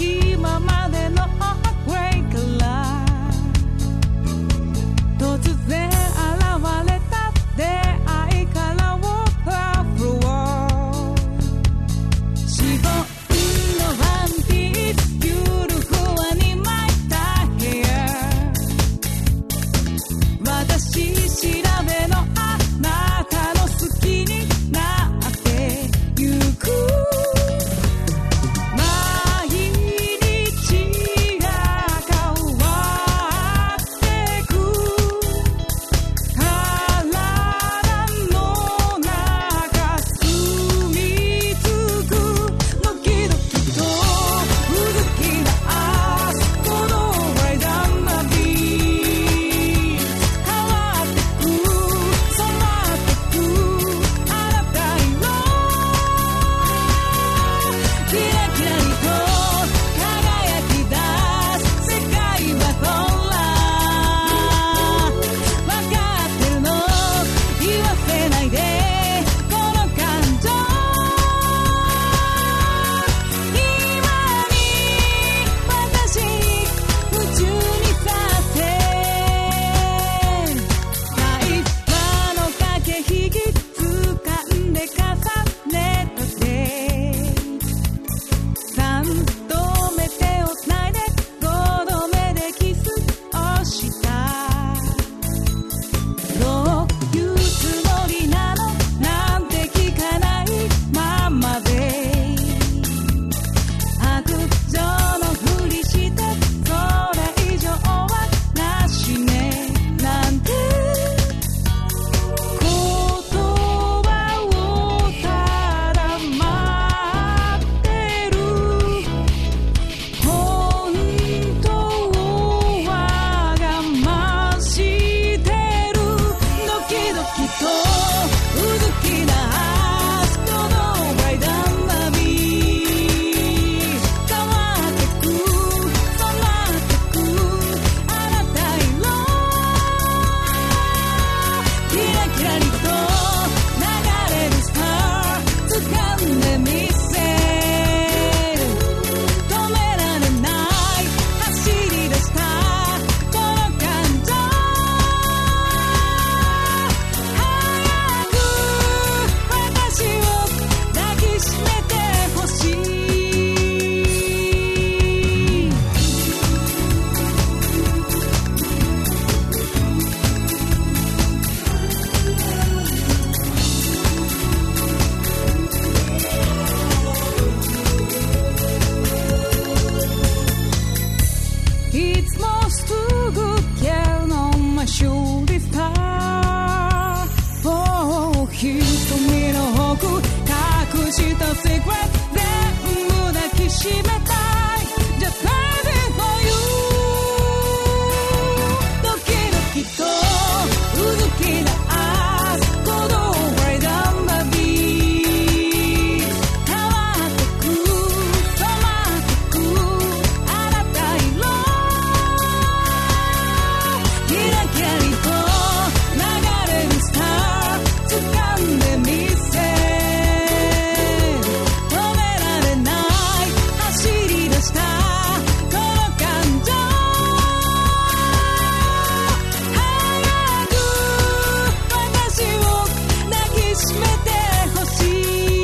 しめたい Just crazy for you ドキドキとうずきな明日鼓動 Right on my beat 変わってく染まってくあなた色キラキラリと流れるスター掴んでみせ止められない走り出したこの感情早く私を抱きしめてほしい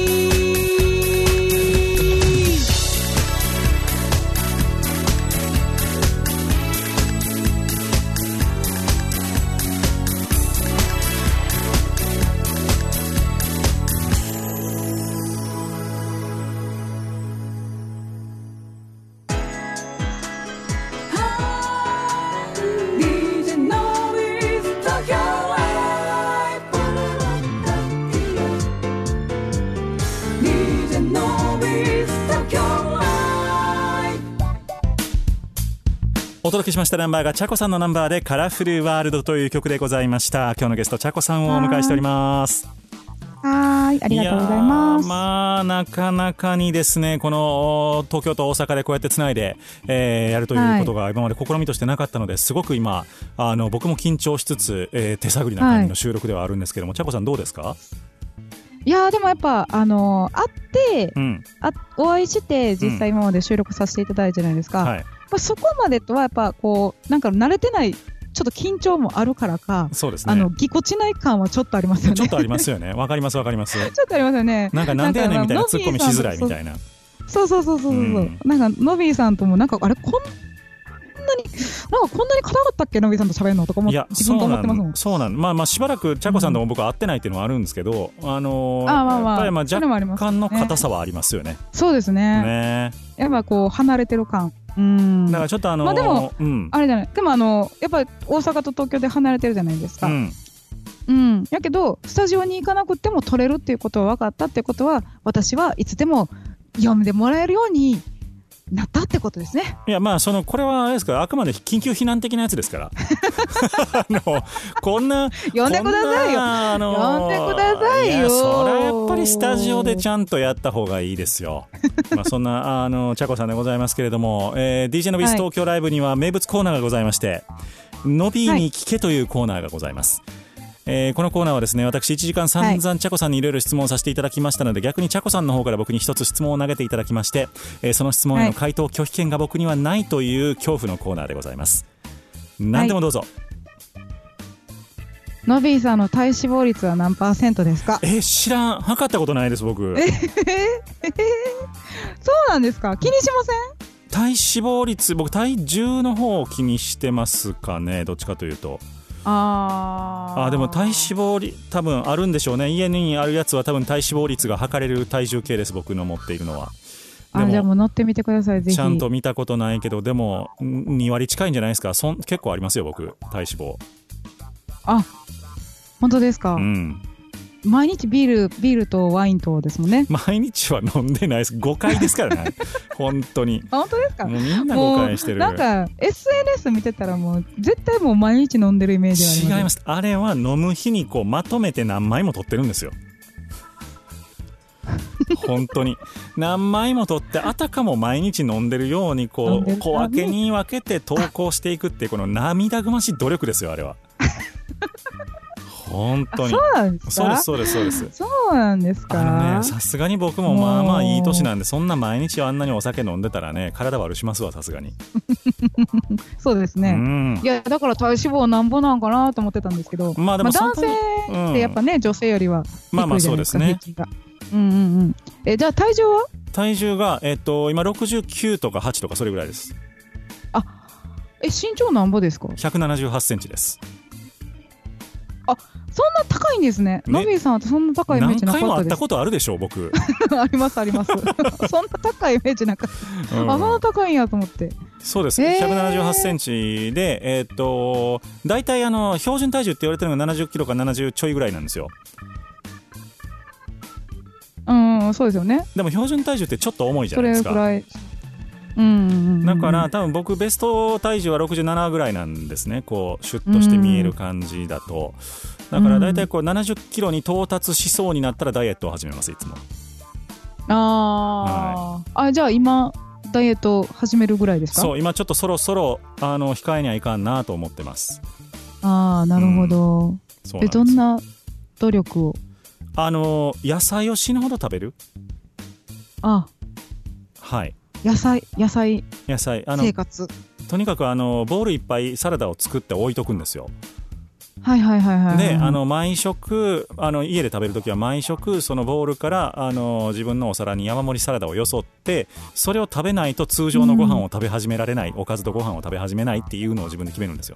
DJ のウィズ東京ライブ DJ のウィズ東京ライブお届けしましたナンバーがチャコさんのナンバーでカラフルワールドという曲でございました。今日のゲストチャコさんをお迎えしております。 はい、ありがとうございます。 まあなかなかにですね、この東京と大阪でこうやってつないで、やるということが今まで試みとしてなかったので、すごく今僕も緊張しつつ、手探りな感じの収録ではあるんですけども、チャコさんどうですか？ いやーでもやっぱ会って、 うん、 お会いして実際今まで収録させていただいたじゃないですか、 はい、 まあ、そこまでとはやっぱこうなんか慣れてないちょっと緊張もあるからか、 そうですね、 ぎこちない感はちょっとありますよね。 ちょっとありますよね。わかりますわかります。 ちょっとありますよね。 なんでやねんみたいなツッコミしづらいみたいな。 そう、うん、なんかノビーさんともなんかあれこんなに硬かったっけノビーさんと喋るのとかも自分と思ってますもん。 そうなんまあしばらくチャコさんとも僕は会ってないっていうのはあるんですけど、やっぱり若干の硬さはありますよね。 そうですね。やっぱこう離れてる感。だからちょっとまあでも、あれじゃない。でもやっぱり大阪と東京で離れてるじゃないですか。やけどスタジオに行かなくても撮れるっていうことは分かったってことは、私はいつでも読んでもらえるようになったってことですね。いやまあこれはあれですから、あくまで緊急避難的なやつですからこんな呼んでくださいよ、呼んでくださいよ。 いやそれはやっぱりスタジオでちゃんとやった方がいいですよまあそんなチャコさんでございますけれども、DJ のビス東京ライブには名物コーナーがございまして、のびに聞けというコーナーがございます。このコーナーはですね、私1時間散々チャコさんにいろいろ質問させていただきましたので、逆にチャコさんの方から僕に一つ質問を投げていただきまして、その質問への回答拒否権が僕にはないという恐怖のコーナーでございます。何でもどうぞ。 のびーさんの体脂肪率は何%ですか？ 知らん、測ったことないです僕。 そうなんですか？気にしません？ 体脂肪率、僕体重の方を気にしてますかね、どっちかというと。でも体脂肪多分あるんでしょうね。家にあるやつは多分体脂肪率が測れる体重計です、僕の持っているのは。 じゃあもう乗ってみてください、ぜひ。 ちゃんと見たことないけど、でも2割近いんじゃないですか。結構ありますよ僕、体脂肪。 本当ですか？毎日ビールとワインとですもんね。 毎日は飲んでないです。誤解ですからね本当に。 本当ですか？ もうみんな誤解してる。 なんか SNS 見てたらもう絶対もう毎日飲んでるイメージがあります。 違います。あれは飲む日にこうまとめて何枚も取ってるんですよ本当に何枚も取って、あたかも毎日飲んでるようにこう小分けに分けて投稿していくっていう、この涙ぐましい努力ですよあれは本当に。 そうなんですか？ そうです。 そうなんですか？ さすがに僕もまあまあいい年なんで、そんな毎日あんなにお酒飲んでたらね、体悪しますわさすがにそうですね。いやだから体脂肪なんぼなんかなと思ってたんですけど、 まあでも男性ってやっぱね、女性よりは低いじゃないですか、 そうですね。 じゃあ体重は？ 体重が今69とか8とかそれぐらいです。 身長なんぼですか ？178センチです。 そんな高いんですね。のびーさんはそんな高いイメージなかったです。 何回も会ったことあるでしょ僕ありますそんな高いイメージなかった、そんな高いんやと思って。 そうです、178センチで、大体標準体重って言われてるのが70キロか70ちょいぐらいなんですよ。 そうですよね。 でも標準体重ってちょっと重いじゃないですか。 それぐらいだから多分僕ベスト体重は67ぐらいなんですね。こうシュッとして見える感じだと。だからだいたいこう70キロに到達しそうになったらダイエットを始めます、いつも。 じゃあ今ダイエット始めるぐらいですか？ そう、今ちょっとそろそろ控えにはいかんなと思ってます。 なるほど。どんな努力を？ 野菜を死ぬほど食べる。はい。 野菜生活。 とにかくボウルいっぱいサラダを作って置いとくんですよ。 で毎食家で食べるときは毎食そのボウルから自分のお皿に山盛りサラダをよそって、それを食べないと通常のご飯を食べ始められない、おかずとご飯を食べ始めないっていうのを自分で決めるんですよ。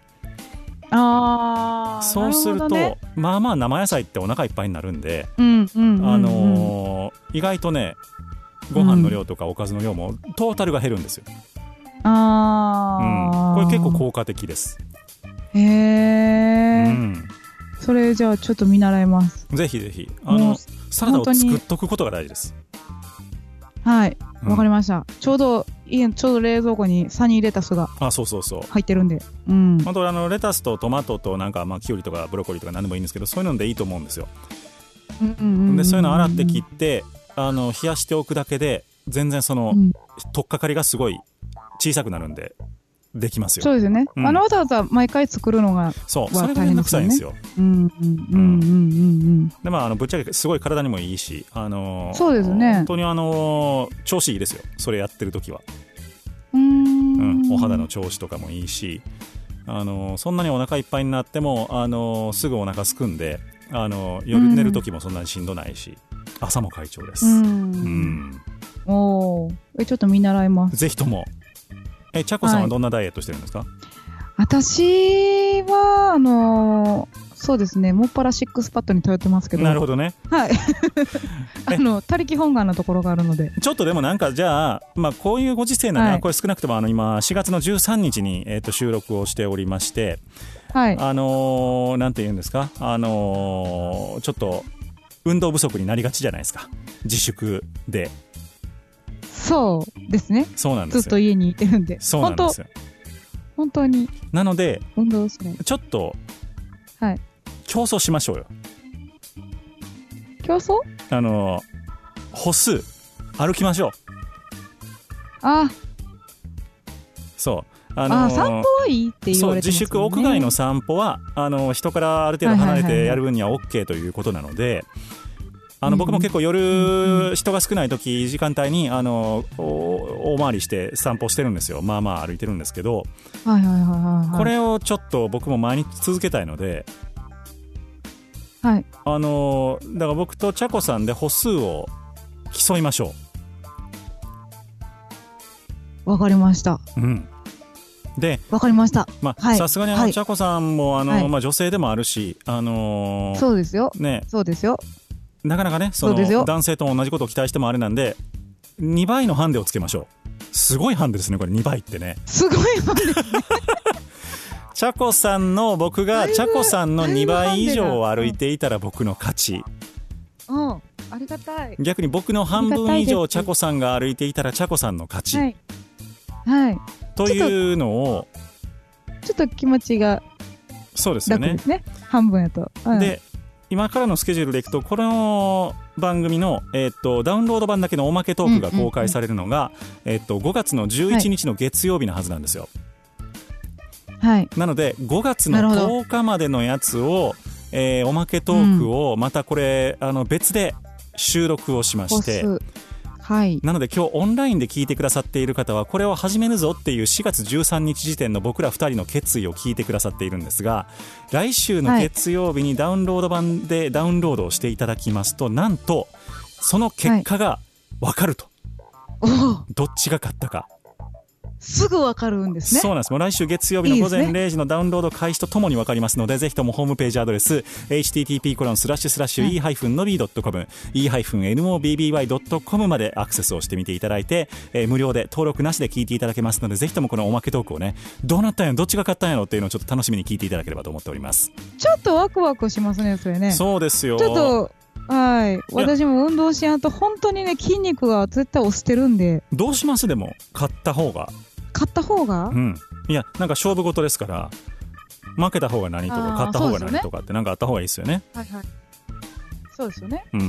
そうすると、ね、まあまあ生野菜ってお腹いっぱいになるんで、意外とねご飯の量とかおかずの量もトータルが減るんですよ。これ結構効果的です。 それじゃあちょっと見習います。 ぜひぜひサラダを作っとくことが大事です。 はい、わかりました。ちょうど冷蔵庫にサニーレタスが入ってるんで、 本当レタスとトマトとなんかキュウリとかブロッコリーとか何でもいいんですけど、そういうのでいいと思うんですよ。でそういうの洗って切って冷やしておくだけで全然その取っかかりがすごい小さくなるんでできますよ。 そうですよね。わざわざ毎回作るのがそれがめんどくさいんですよ。でぶっちゃけすごい体にもいいし、 そうですね。 本当に調子いいですよ、それやってる時は。お肌の調子とかもいいし、そんなにお腹いっぱいになってもすぐお腹すくんで、夜寝る時もそんなにしんどないし、朝も快調です。ちょっと見習います。 ぜひとも。チャコさんはどんなダイエットしてるんですか？ 私はそうですね、もっぱらシックスパッドに頼ってますけど。 なるほどね。 はい。他力本願なところがあるので。ちょっとでもなんかじゃあ、こういうご時世なら、これ少なくとも今4月の13日に収録をしておりまして、なんて言うんですか、ちょっと運動不足になりがちじゃないですか、自粛で。 そうですね。 そうなんですよ。 ずっと家にいてるんで。 そうなんですよ。 本当に。 なので運動しない。 ちょっと競争しましょうよ。 競争？ 歩数歩きましょう。そう散歩はいいって言われてますよね。 自粛屋外の散歩は人からある程度離れてやる分には OK ということなので、僕も結構夜人が少ない時時間帯に大回りして散歩してるんですよ。まあまあ歩いてるんですけど、これをちょっと僕も毎日続けたいので、だから僕とチャコさんで歩数を競いましょう。わかりました。 で、 わかりました。 さすがにチャコさんも女性でもあるし、 そうですよ。 ね、 そうですよ。 なかなかね、男性と同じことを期待してもあれなんで、2倍のハンデをつけましょう。すごいハンデですね、これ2倍ってね。 すごいハンデですね。 チャコさんの僕がチャコさんの2倍以上を歩いていたら僕の勝ち。 ありがたい。 逆に僕の半分以上チャコさんが歩いていたらチャコさんの勝ち。というのをちょっと気持ちがそうですよね。 楽ですね、半分やと。 で今からのスケジュールでいくと、この番組の、ダウンロード版だけのおまけトークが公開されるのが、5月の11日の月曜日のはずなんですよ。なので5月の10日までのやつを、おまけトークをまたこれ別で収録をしまして、なので今日オンラインで聞いてくださっている方はこれを始めるぞっていう4月13日時点の僕ら2人の決意を聞いてくださっているんですが、来週の月曜日にダウンロード版でダウンロードをしていただきますと、なんとその結果が分かると、どっちが勝ったかすぐ分かるんですね。 そうなんです。もう来週月曜日の午前0時のダウンロード開始とともに分かりますので、ぜひともホームページアドレス http://e-nobi.com e-nobby.com までアクセスをしてみていただいて、無料で登録なしで聞いていただけますので、ぜひともこのおまけトークをね、どうなったんやろ、どっちが勝ったんやろっていうのをちょっと楽しみに聞いていただければと思っております。 ちょっとワクワクしますね、それね。 そうですよ。 ちょっとはい、私も運動しやんと本当にね筋肉が絶対落ちてるんで。 どうします？でも勝った方が。 勝った方が？ うん。いやなんか勝負事ですから、負けた方が何とか勝った方が何とかってなんかあった方がいいですよね。 はいはい。そうですよね。 うん。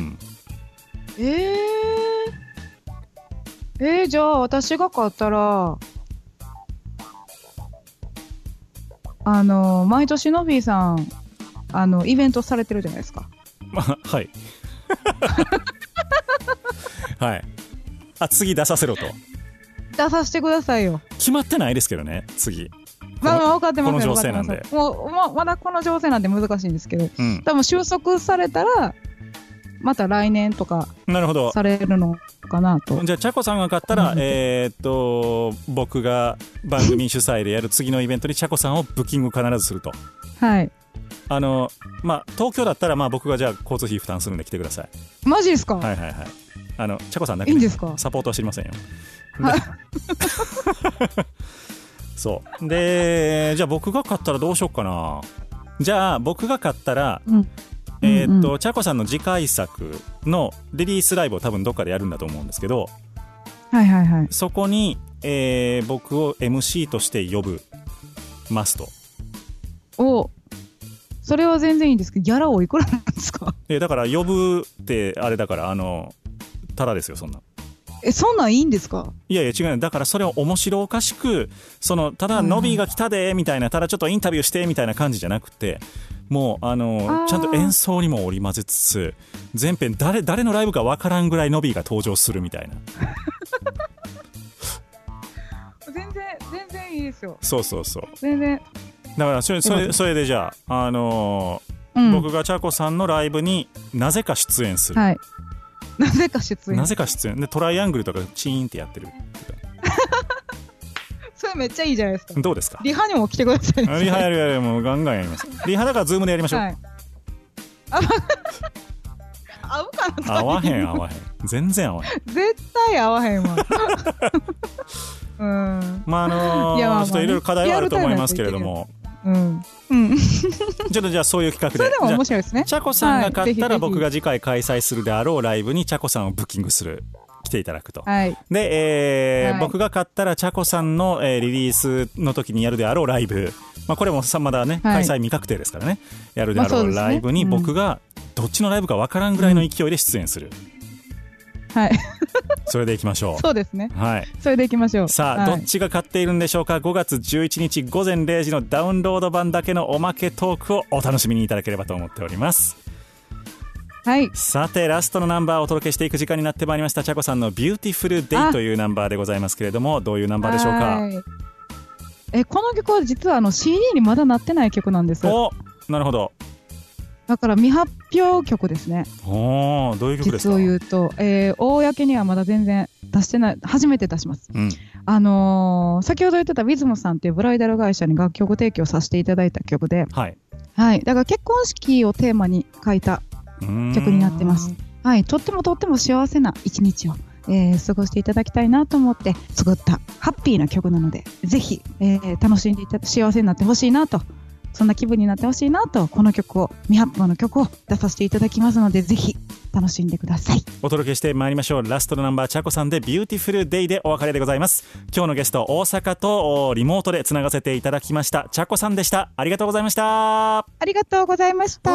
じゃあ私が勝ったら毎年のびーさんイベントされてるじゃないですか。 はいはい。次出させろと。 出させてくださいよ。 決まってないですけどね次。 まあ分かってます。 この情勢なんで。 もうまだこの情勢なんで難しいんですけど、多分収束されたらまた来年とかされるのかなと。 じゃあチャコさんが勝ったら僕が番組主催でやる次のイベントにチャコさんをブッキング必ずすると。 はい。 東京だったら僕がじゃあ交通費負担するんで来てください。 マジですか？ はいはいはい。チャコさんだけ、 いいんですか？ サポートは知りませんよ。そうで、じゃあ僕が勝ったらどうしようかな。じゃあ僕が勝ったら、チャコさんの次回作のリリースライブを多分どっかでやるんだと思うんですけど、 はいはいはい。 そこに、僕を MC として呼ぶますと。 それは全然いいんですけど、ギャラおいくらなんですか？ だから呼ぶってあれだからただですよそんな。 そんなんいいんですか？ いやいや違う。だからそれを面白おかしくただノビーが来たでみたいな、ただちょっとインタビューしてみたいな感じじゃなくて、もうちゃんと演奏にも織り交ぜつつ全編誰のライブかわからんぐらいノビーが登場するみたいな。 全然いいですよ。 そう全然。 だからそれでじゃあ僕がチャコさんのライブになぜか出演する。 はい。なぜか出演でトライアングルとかチーンってやってる。それめっちゃいいじゃないですか。 どうですか？ リハにも来てください。 リハやるもうガンガンやります。リハだからズームでやりましょう。はい、 合うかな？ 合わへん全然合わへん。 絶対合わへんわ。 ちょっといろいろ課題はあると思いますけれども、ちょっとじゃあそういう企画で、 それでも面白いですね。 チャコさんが勝ったら僕が次回開催するであろうライブにチャコさんをブッキングする、来ていただくと。で、僕が勝ったらチャコさんの、リリースの時にやるであろうライブ、これもまだね開催未確定ですからね、やるであろうライブに僕がどっちのライブか分からんぐらいの勢いで出演する。はい。それでいきましょう。 そうですね。 はい。 それでいきましょう。 さあ、どっちが勝っているんでしょうか。5月11日午前0時のダウンロード版だけのおまけトークをお楽しみにいただければと思っております。 はい。 さてラストのナンバーをお届けしていく時間になってまいりました。チャコさんのビューティフルデイというナンバーでございますけれども、どういうナンバーでしょうか。 この曲は実はCD にまだなってない曲なんです。 なるほど。 だから未発表曲ですね。 どういう曲ですか？ 実を言うと、公にはまだ全然出してない、初めて出します。先ほど言ってたウィズモさんっていうブライダル会社に楽曲提供させていただいた曲で、はい、だから結婚式をテーマに書いた曲になってます。はい、とっても幸せな一日を、過ごしていただきたいなと思って作ったハッピーな曲なので、ぜひ、楽しんで幸せになってほしいなと。そんな気分になってほしいなと、この曲を未発表の曲を出させていただきますので、ぜひ楽しんでください。 お届けしてまいりましょう。ラストのナンバー、チャコさんでビューティフルデイでお別れでございます。今日のゲスト、大阪とリモートでつながせていただきましたチャコさんでした。ありがとうございました。 ありがとうございました。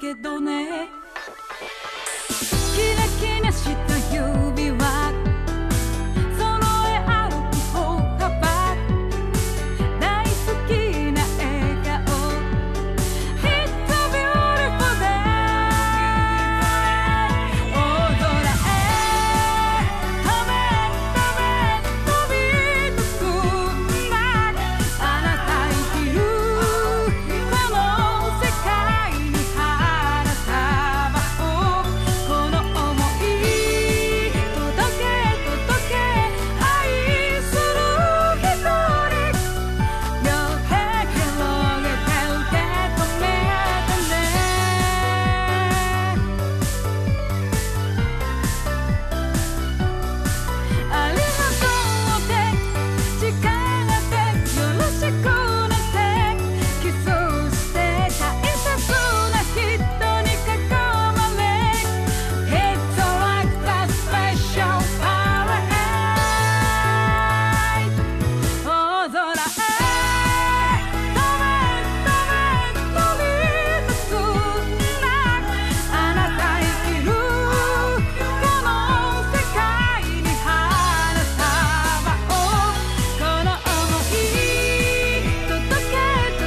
けどねキラキラした指輪揃え歩く歩幅大好きな笑顔 It's a beautiful day 大空へ飛び立つんだあなた生きるこの世界に花束をこの想い届け愛する人に両手広げて受け止めてねありがとうって力でよろしくねってキスして大切な人に囲まれ It's like a special parade 大空へ飛び立つんだあなた生きるこの世界に花束をこの想い届け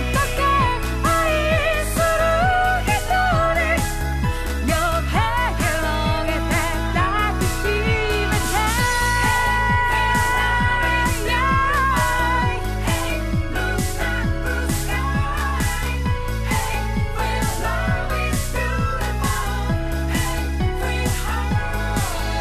愛する人に両手広げて抱きしめて Hey, blue sky, blue sky Hey, where love is beautiful Hey, free heart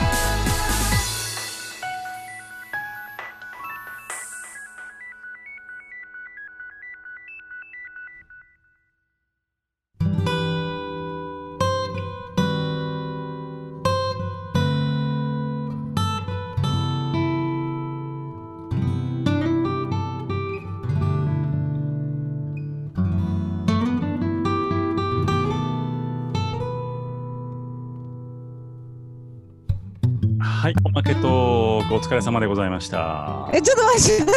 はい、おまけトークお疲れ様でございました。 ちょっと待って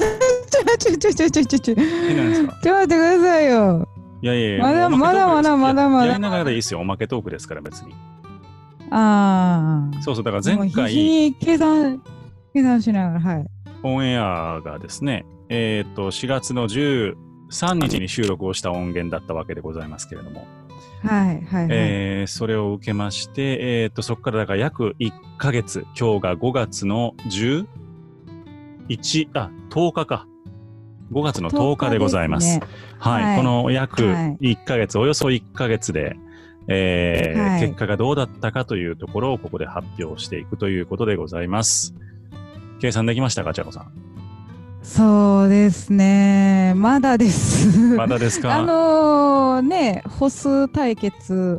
ちょ何ですか？ 待ってくださいよ。 いやいやいや、 まだもうおまけトークですまだやりながらでいいですよ。おまけトークですから別に。 ああ。 そうそう、だから前もう必死回に計算しながら、はい。 オンエアがですね、4月の13日に収録をした音源だったわけでございますけれども、 はいはいはい。 それを受けまして、そこからだから約1ヶ月、今日が5月の10日か。5月の10日でございます。 ね、 はい、この約1ヶ月、およそ1ヶ月で、結果がどうだったかというところをここで発表していくということでございます。計算できましたか、ちゃこさん。 そうですね。まだです。 まだですか。 歩数対決ね。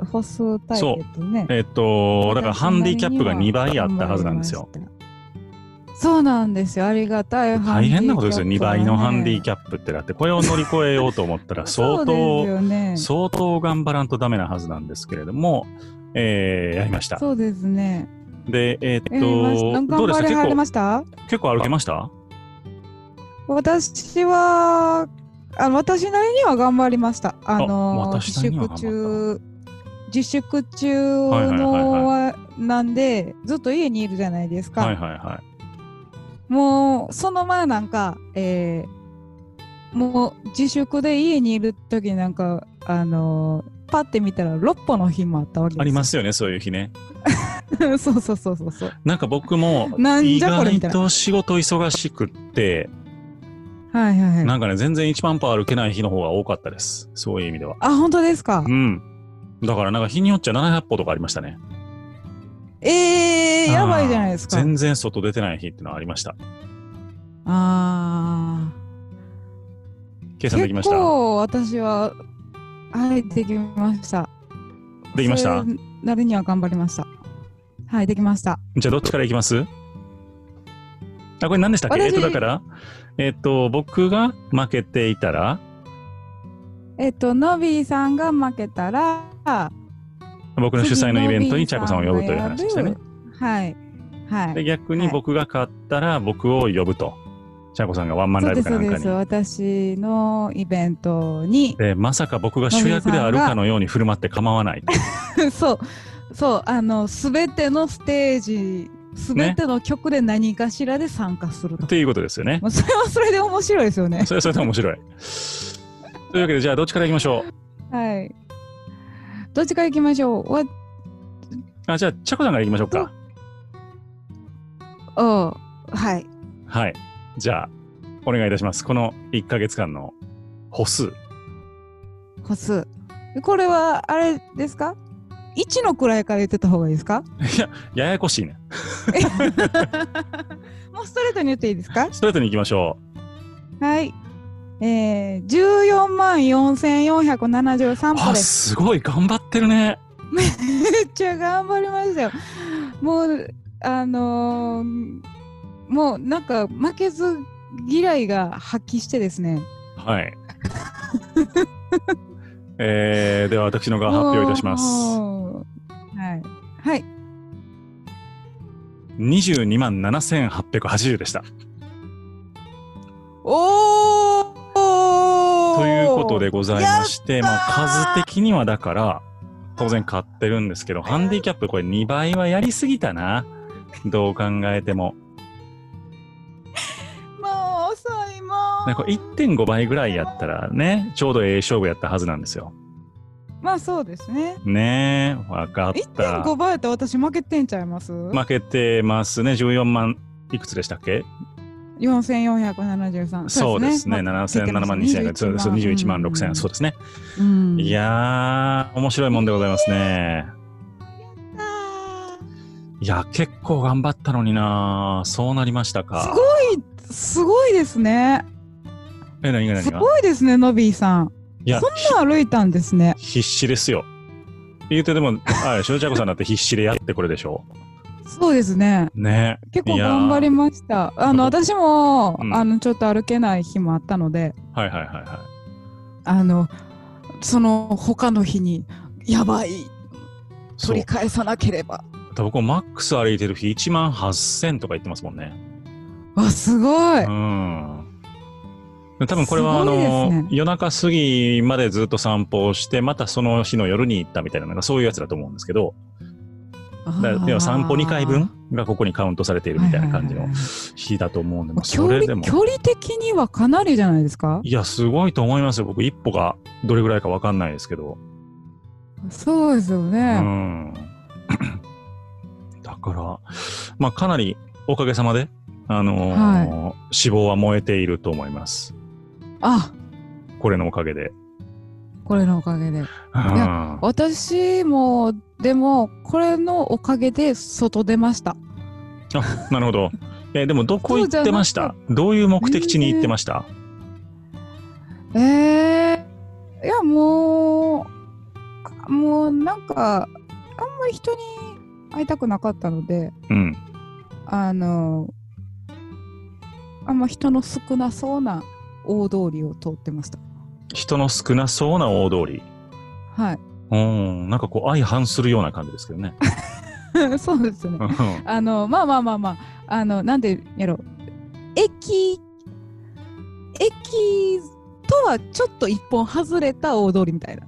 だからハンディキャップが2倍あったはずなんですよ。 そうなんですよ。ありがたいハンディキャップ、ね。大変なことですよ。2倍のハンディキャップってだってこれを乗り越えようと思ったら相当頑張らんとダメなはずなんですけれども、やりました。 そうですね。 で、 どうですか？ 結構歩けました？ 私は私なりには頑張りました。自粛中のなんでずっと家にいるじゃないですか。 はいはいはい。 もうその前なんか、もう自粛で家にいる時なんかパッて見たら6歩の日もあったわけです。 ありますよね、そういう日ね。 そう。 なんか僕も意外と仕事忙しくって。 はいはいはい。 なんかね、全然1万歩歩けない日の方が多かったです。そういう意味では。 あ、本当ですか？ うん。だからなんか日によっちゃ700歩とかありましたね。 やばいじゃないですか。 全然外出てない日ってのはありました。計算できました？ 結構私は、できました。 できました？ なるには頑張りました。はい、できました。 じゃあどっちからいきます？これ何でしたっけ？だから、僕が負けていたらのびーさんが負けたら、 僕の主催のイベントにちゃこさんを呼ぶという話でしたね。 はい。はい。 で、逆に僕が勝ったら僕を呼ぶと。 ちゃこさんがワンマンライブかなんかに。 そうです。私のイベントに。 で、まさか僕が主役であるかのように振る舞って構わない。 そう、すべてのステージ、すべての曲で何かしらで参加すると。 っていうことですよね。 それはそれで面白いですよね。 それはそれで面白い。というわけで、じゃあどっちからいきましょう。はい。どっちからいきましょう。 じゃあ、ちゃこさんからいきましょうか。 はい。 はい。じゃあ、お願いいたします。この1ヶ月間の歩数。 これは、あれですか？1の位から言ってた方がいいですか？ いや、ややこしいね。 もうストレートに言っていいですか？ ストレートに行きましょう。はい。14万4473歩です。 すごい頑張ってるね。 めっちゃ頑張りましたよ。もうもうなんか負けず嫌いが発揮してですね。 はい。では私の側発表いたします。 はい。 22万7880でした。 おー。 ということでございまして、数的にはだから当然買ってるんですけど、ハンディキャップこれ2倍はやりすぎたな。どう考えても。 もう遅いもん。 なんか 1.5 倍ぐらいやったらね、ちょうど勝負やったはずなんですよ。 まあそうですね。 ねえ、わかった。 1.5 倍やったら私負けてんちゃいます？負けてますね。14万いくつでしたっけ ？4473。 そうですね。7万2000円が21万6000円。そうですね。いやー、面白いもんでございますね。いや、結構頑張ったのにな。そうなりましたか。 すごいですね。 何がすごいですね、ノビーさん。いや、そんな歩いたんですね。 必死ですよ。言うてでも、しょうちゃこさんだって必死でやってこれでしょ。 そうですね。 ね。 結構頑張りました。私も、ちょっと歩けない日もあったので。その他の日に、やばい。取り返さなければ。 僕もマックス歩いてる日1万8000とか言ってますもんね。 わ、すごい。 多分これは夜中過ぎまでずっと散歩をして、またその日の夜に行ったみたいなのがそういうやつだと思うんですけど、要は散歩2回分がここにカウントされているみたいな感じの日だと思うんで、それでも距離的にはかなりじゃないですか？ いや、すごいと思いますよ。僕一歩がどれぐらいか分かんないですけど。 そうですよね。 だからかなりおかげさまで脂肪は燃えていると思います。これのおかげで。 いや、私もでもこれのおかげで外出ました。 なるほど。でもどこ行ってました？どういう目的地に行ってました？ いや、もうなんかあんまり人に会いたくなかったので、あんま人の少なそうな大通りを通ってました。 人の少なそうな大通り。 はい。 なんかこう相反するような感じですけどね。 そうですね。なんでやろ、駅とはちょっと一本外れた大通りみたいな。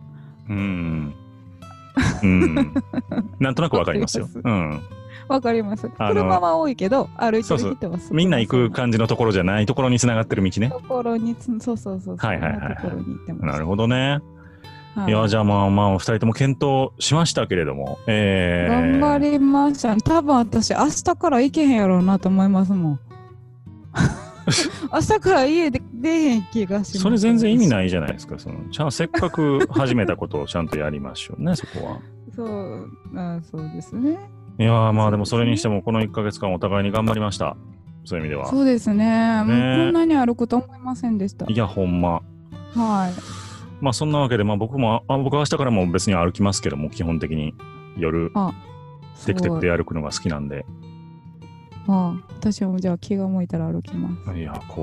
なんとなくわかりますよ。 わかります。車は多いけど歩いてる人はみんな行く感じのところじゃないところに繋がってる道ね。 ところにそう。 なるほどね。いや、じゃあお二人とも検討しましたけれども、 頑張りました。多分私明日から行けへんやろうなと思いますもん。明日から家で出へん気がします。 それ全然意味ないじゃないですか。せっかく始めたことをちゃんとやりましょうね、そこは。 そうですね。 いやでもそれにしてもこの1ヶ月間お互いに頑張りました。そういう意味では。 そうですね。もうこんなに歩くと思いませんでした。 いや、ほんま。そんなわけで、僕は明日からも別に歩きますけども、基本的に夜テクテクで歩くのが好きなんで。 私はじゃあ気が向いたら歩きます。 いや、怖っ。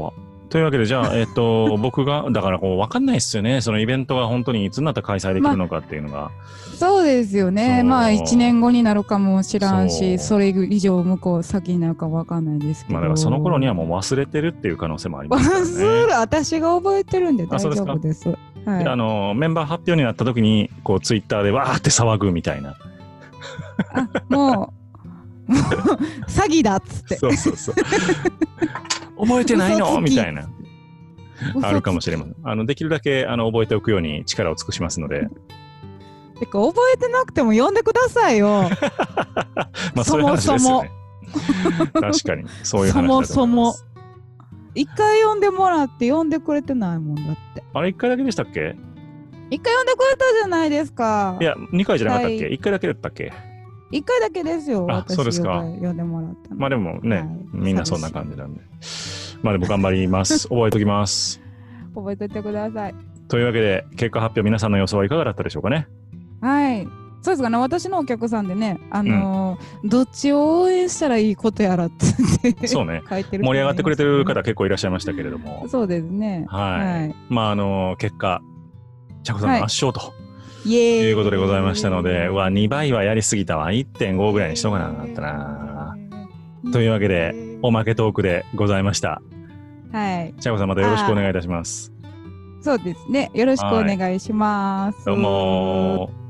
というわけで、じゃあ、僕が、だからこう、わかんないっすよね。そのイベントが本当にいつになったら開催できるのかっていうのが。 そうですよね。まあ、1年後になるかもしらんし、それ以上向こう先になるかわかんないですけど。 まあ、だからその頃にはもう忘れてるっていう可能性もありますからね。 忘れる、私が覚えてるんで大丈夫です。はい、 メンバー発表になった時に、こう、ツイッターでわーって騒ぐみたいな。 もう、詐欺だっつって。 そうそうそう。覚えてないのみたいな。あるかもしれません。できるだけ覚えておくように力を尽くしますので。 てか、覚えてなくても呼んでくださいよ。 まあ、そういう話ですよね。確かに、そういう話だと思います。そもそも。 一回呼んでもらって呼んでくれてないもんだって。 あれ、一回だけでしたっけ？ 一回呼んでくれたじゃないですか。 いや、2回じゃなかったっけ？一回だけだったっけ？ 一回だけですよ。 あ、そうですか。 呼んでもらったの。 まあでもね、みんなそんな感じなんで。まあでも頑張ります。覚えときます。 覚えといてください。 というわけで、結果発表、皆さんの予想はいかがだったでしょうかね。 はい。そうですかね、私のお客さんでね、どっちを応援したらいいことやらってそうね、 書いてる、 盛り上がってくれてる方結構いらっしゃいましたけれども。 そうですね。 はい。まあ、結果、ちゃこさんの圧勝と。 イエーイいうことでございましたので、2倍はやりすぎたわ。1.5 ぐらいにしとかなかったな。というわけで、おまけトークでございました。 はい。 ちゃこさんまたよろしくお願いいたします。 そうですね。よろしくお願いします。 どうもー。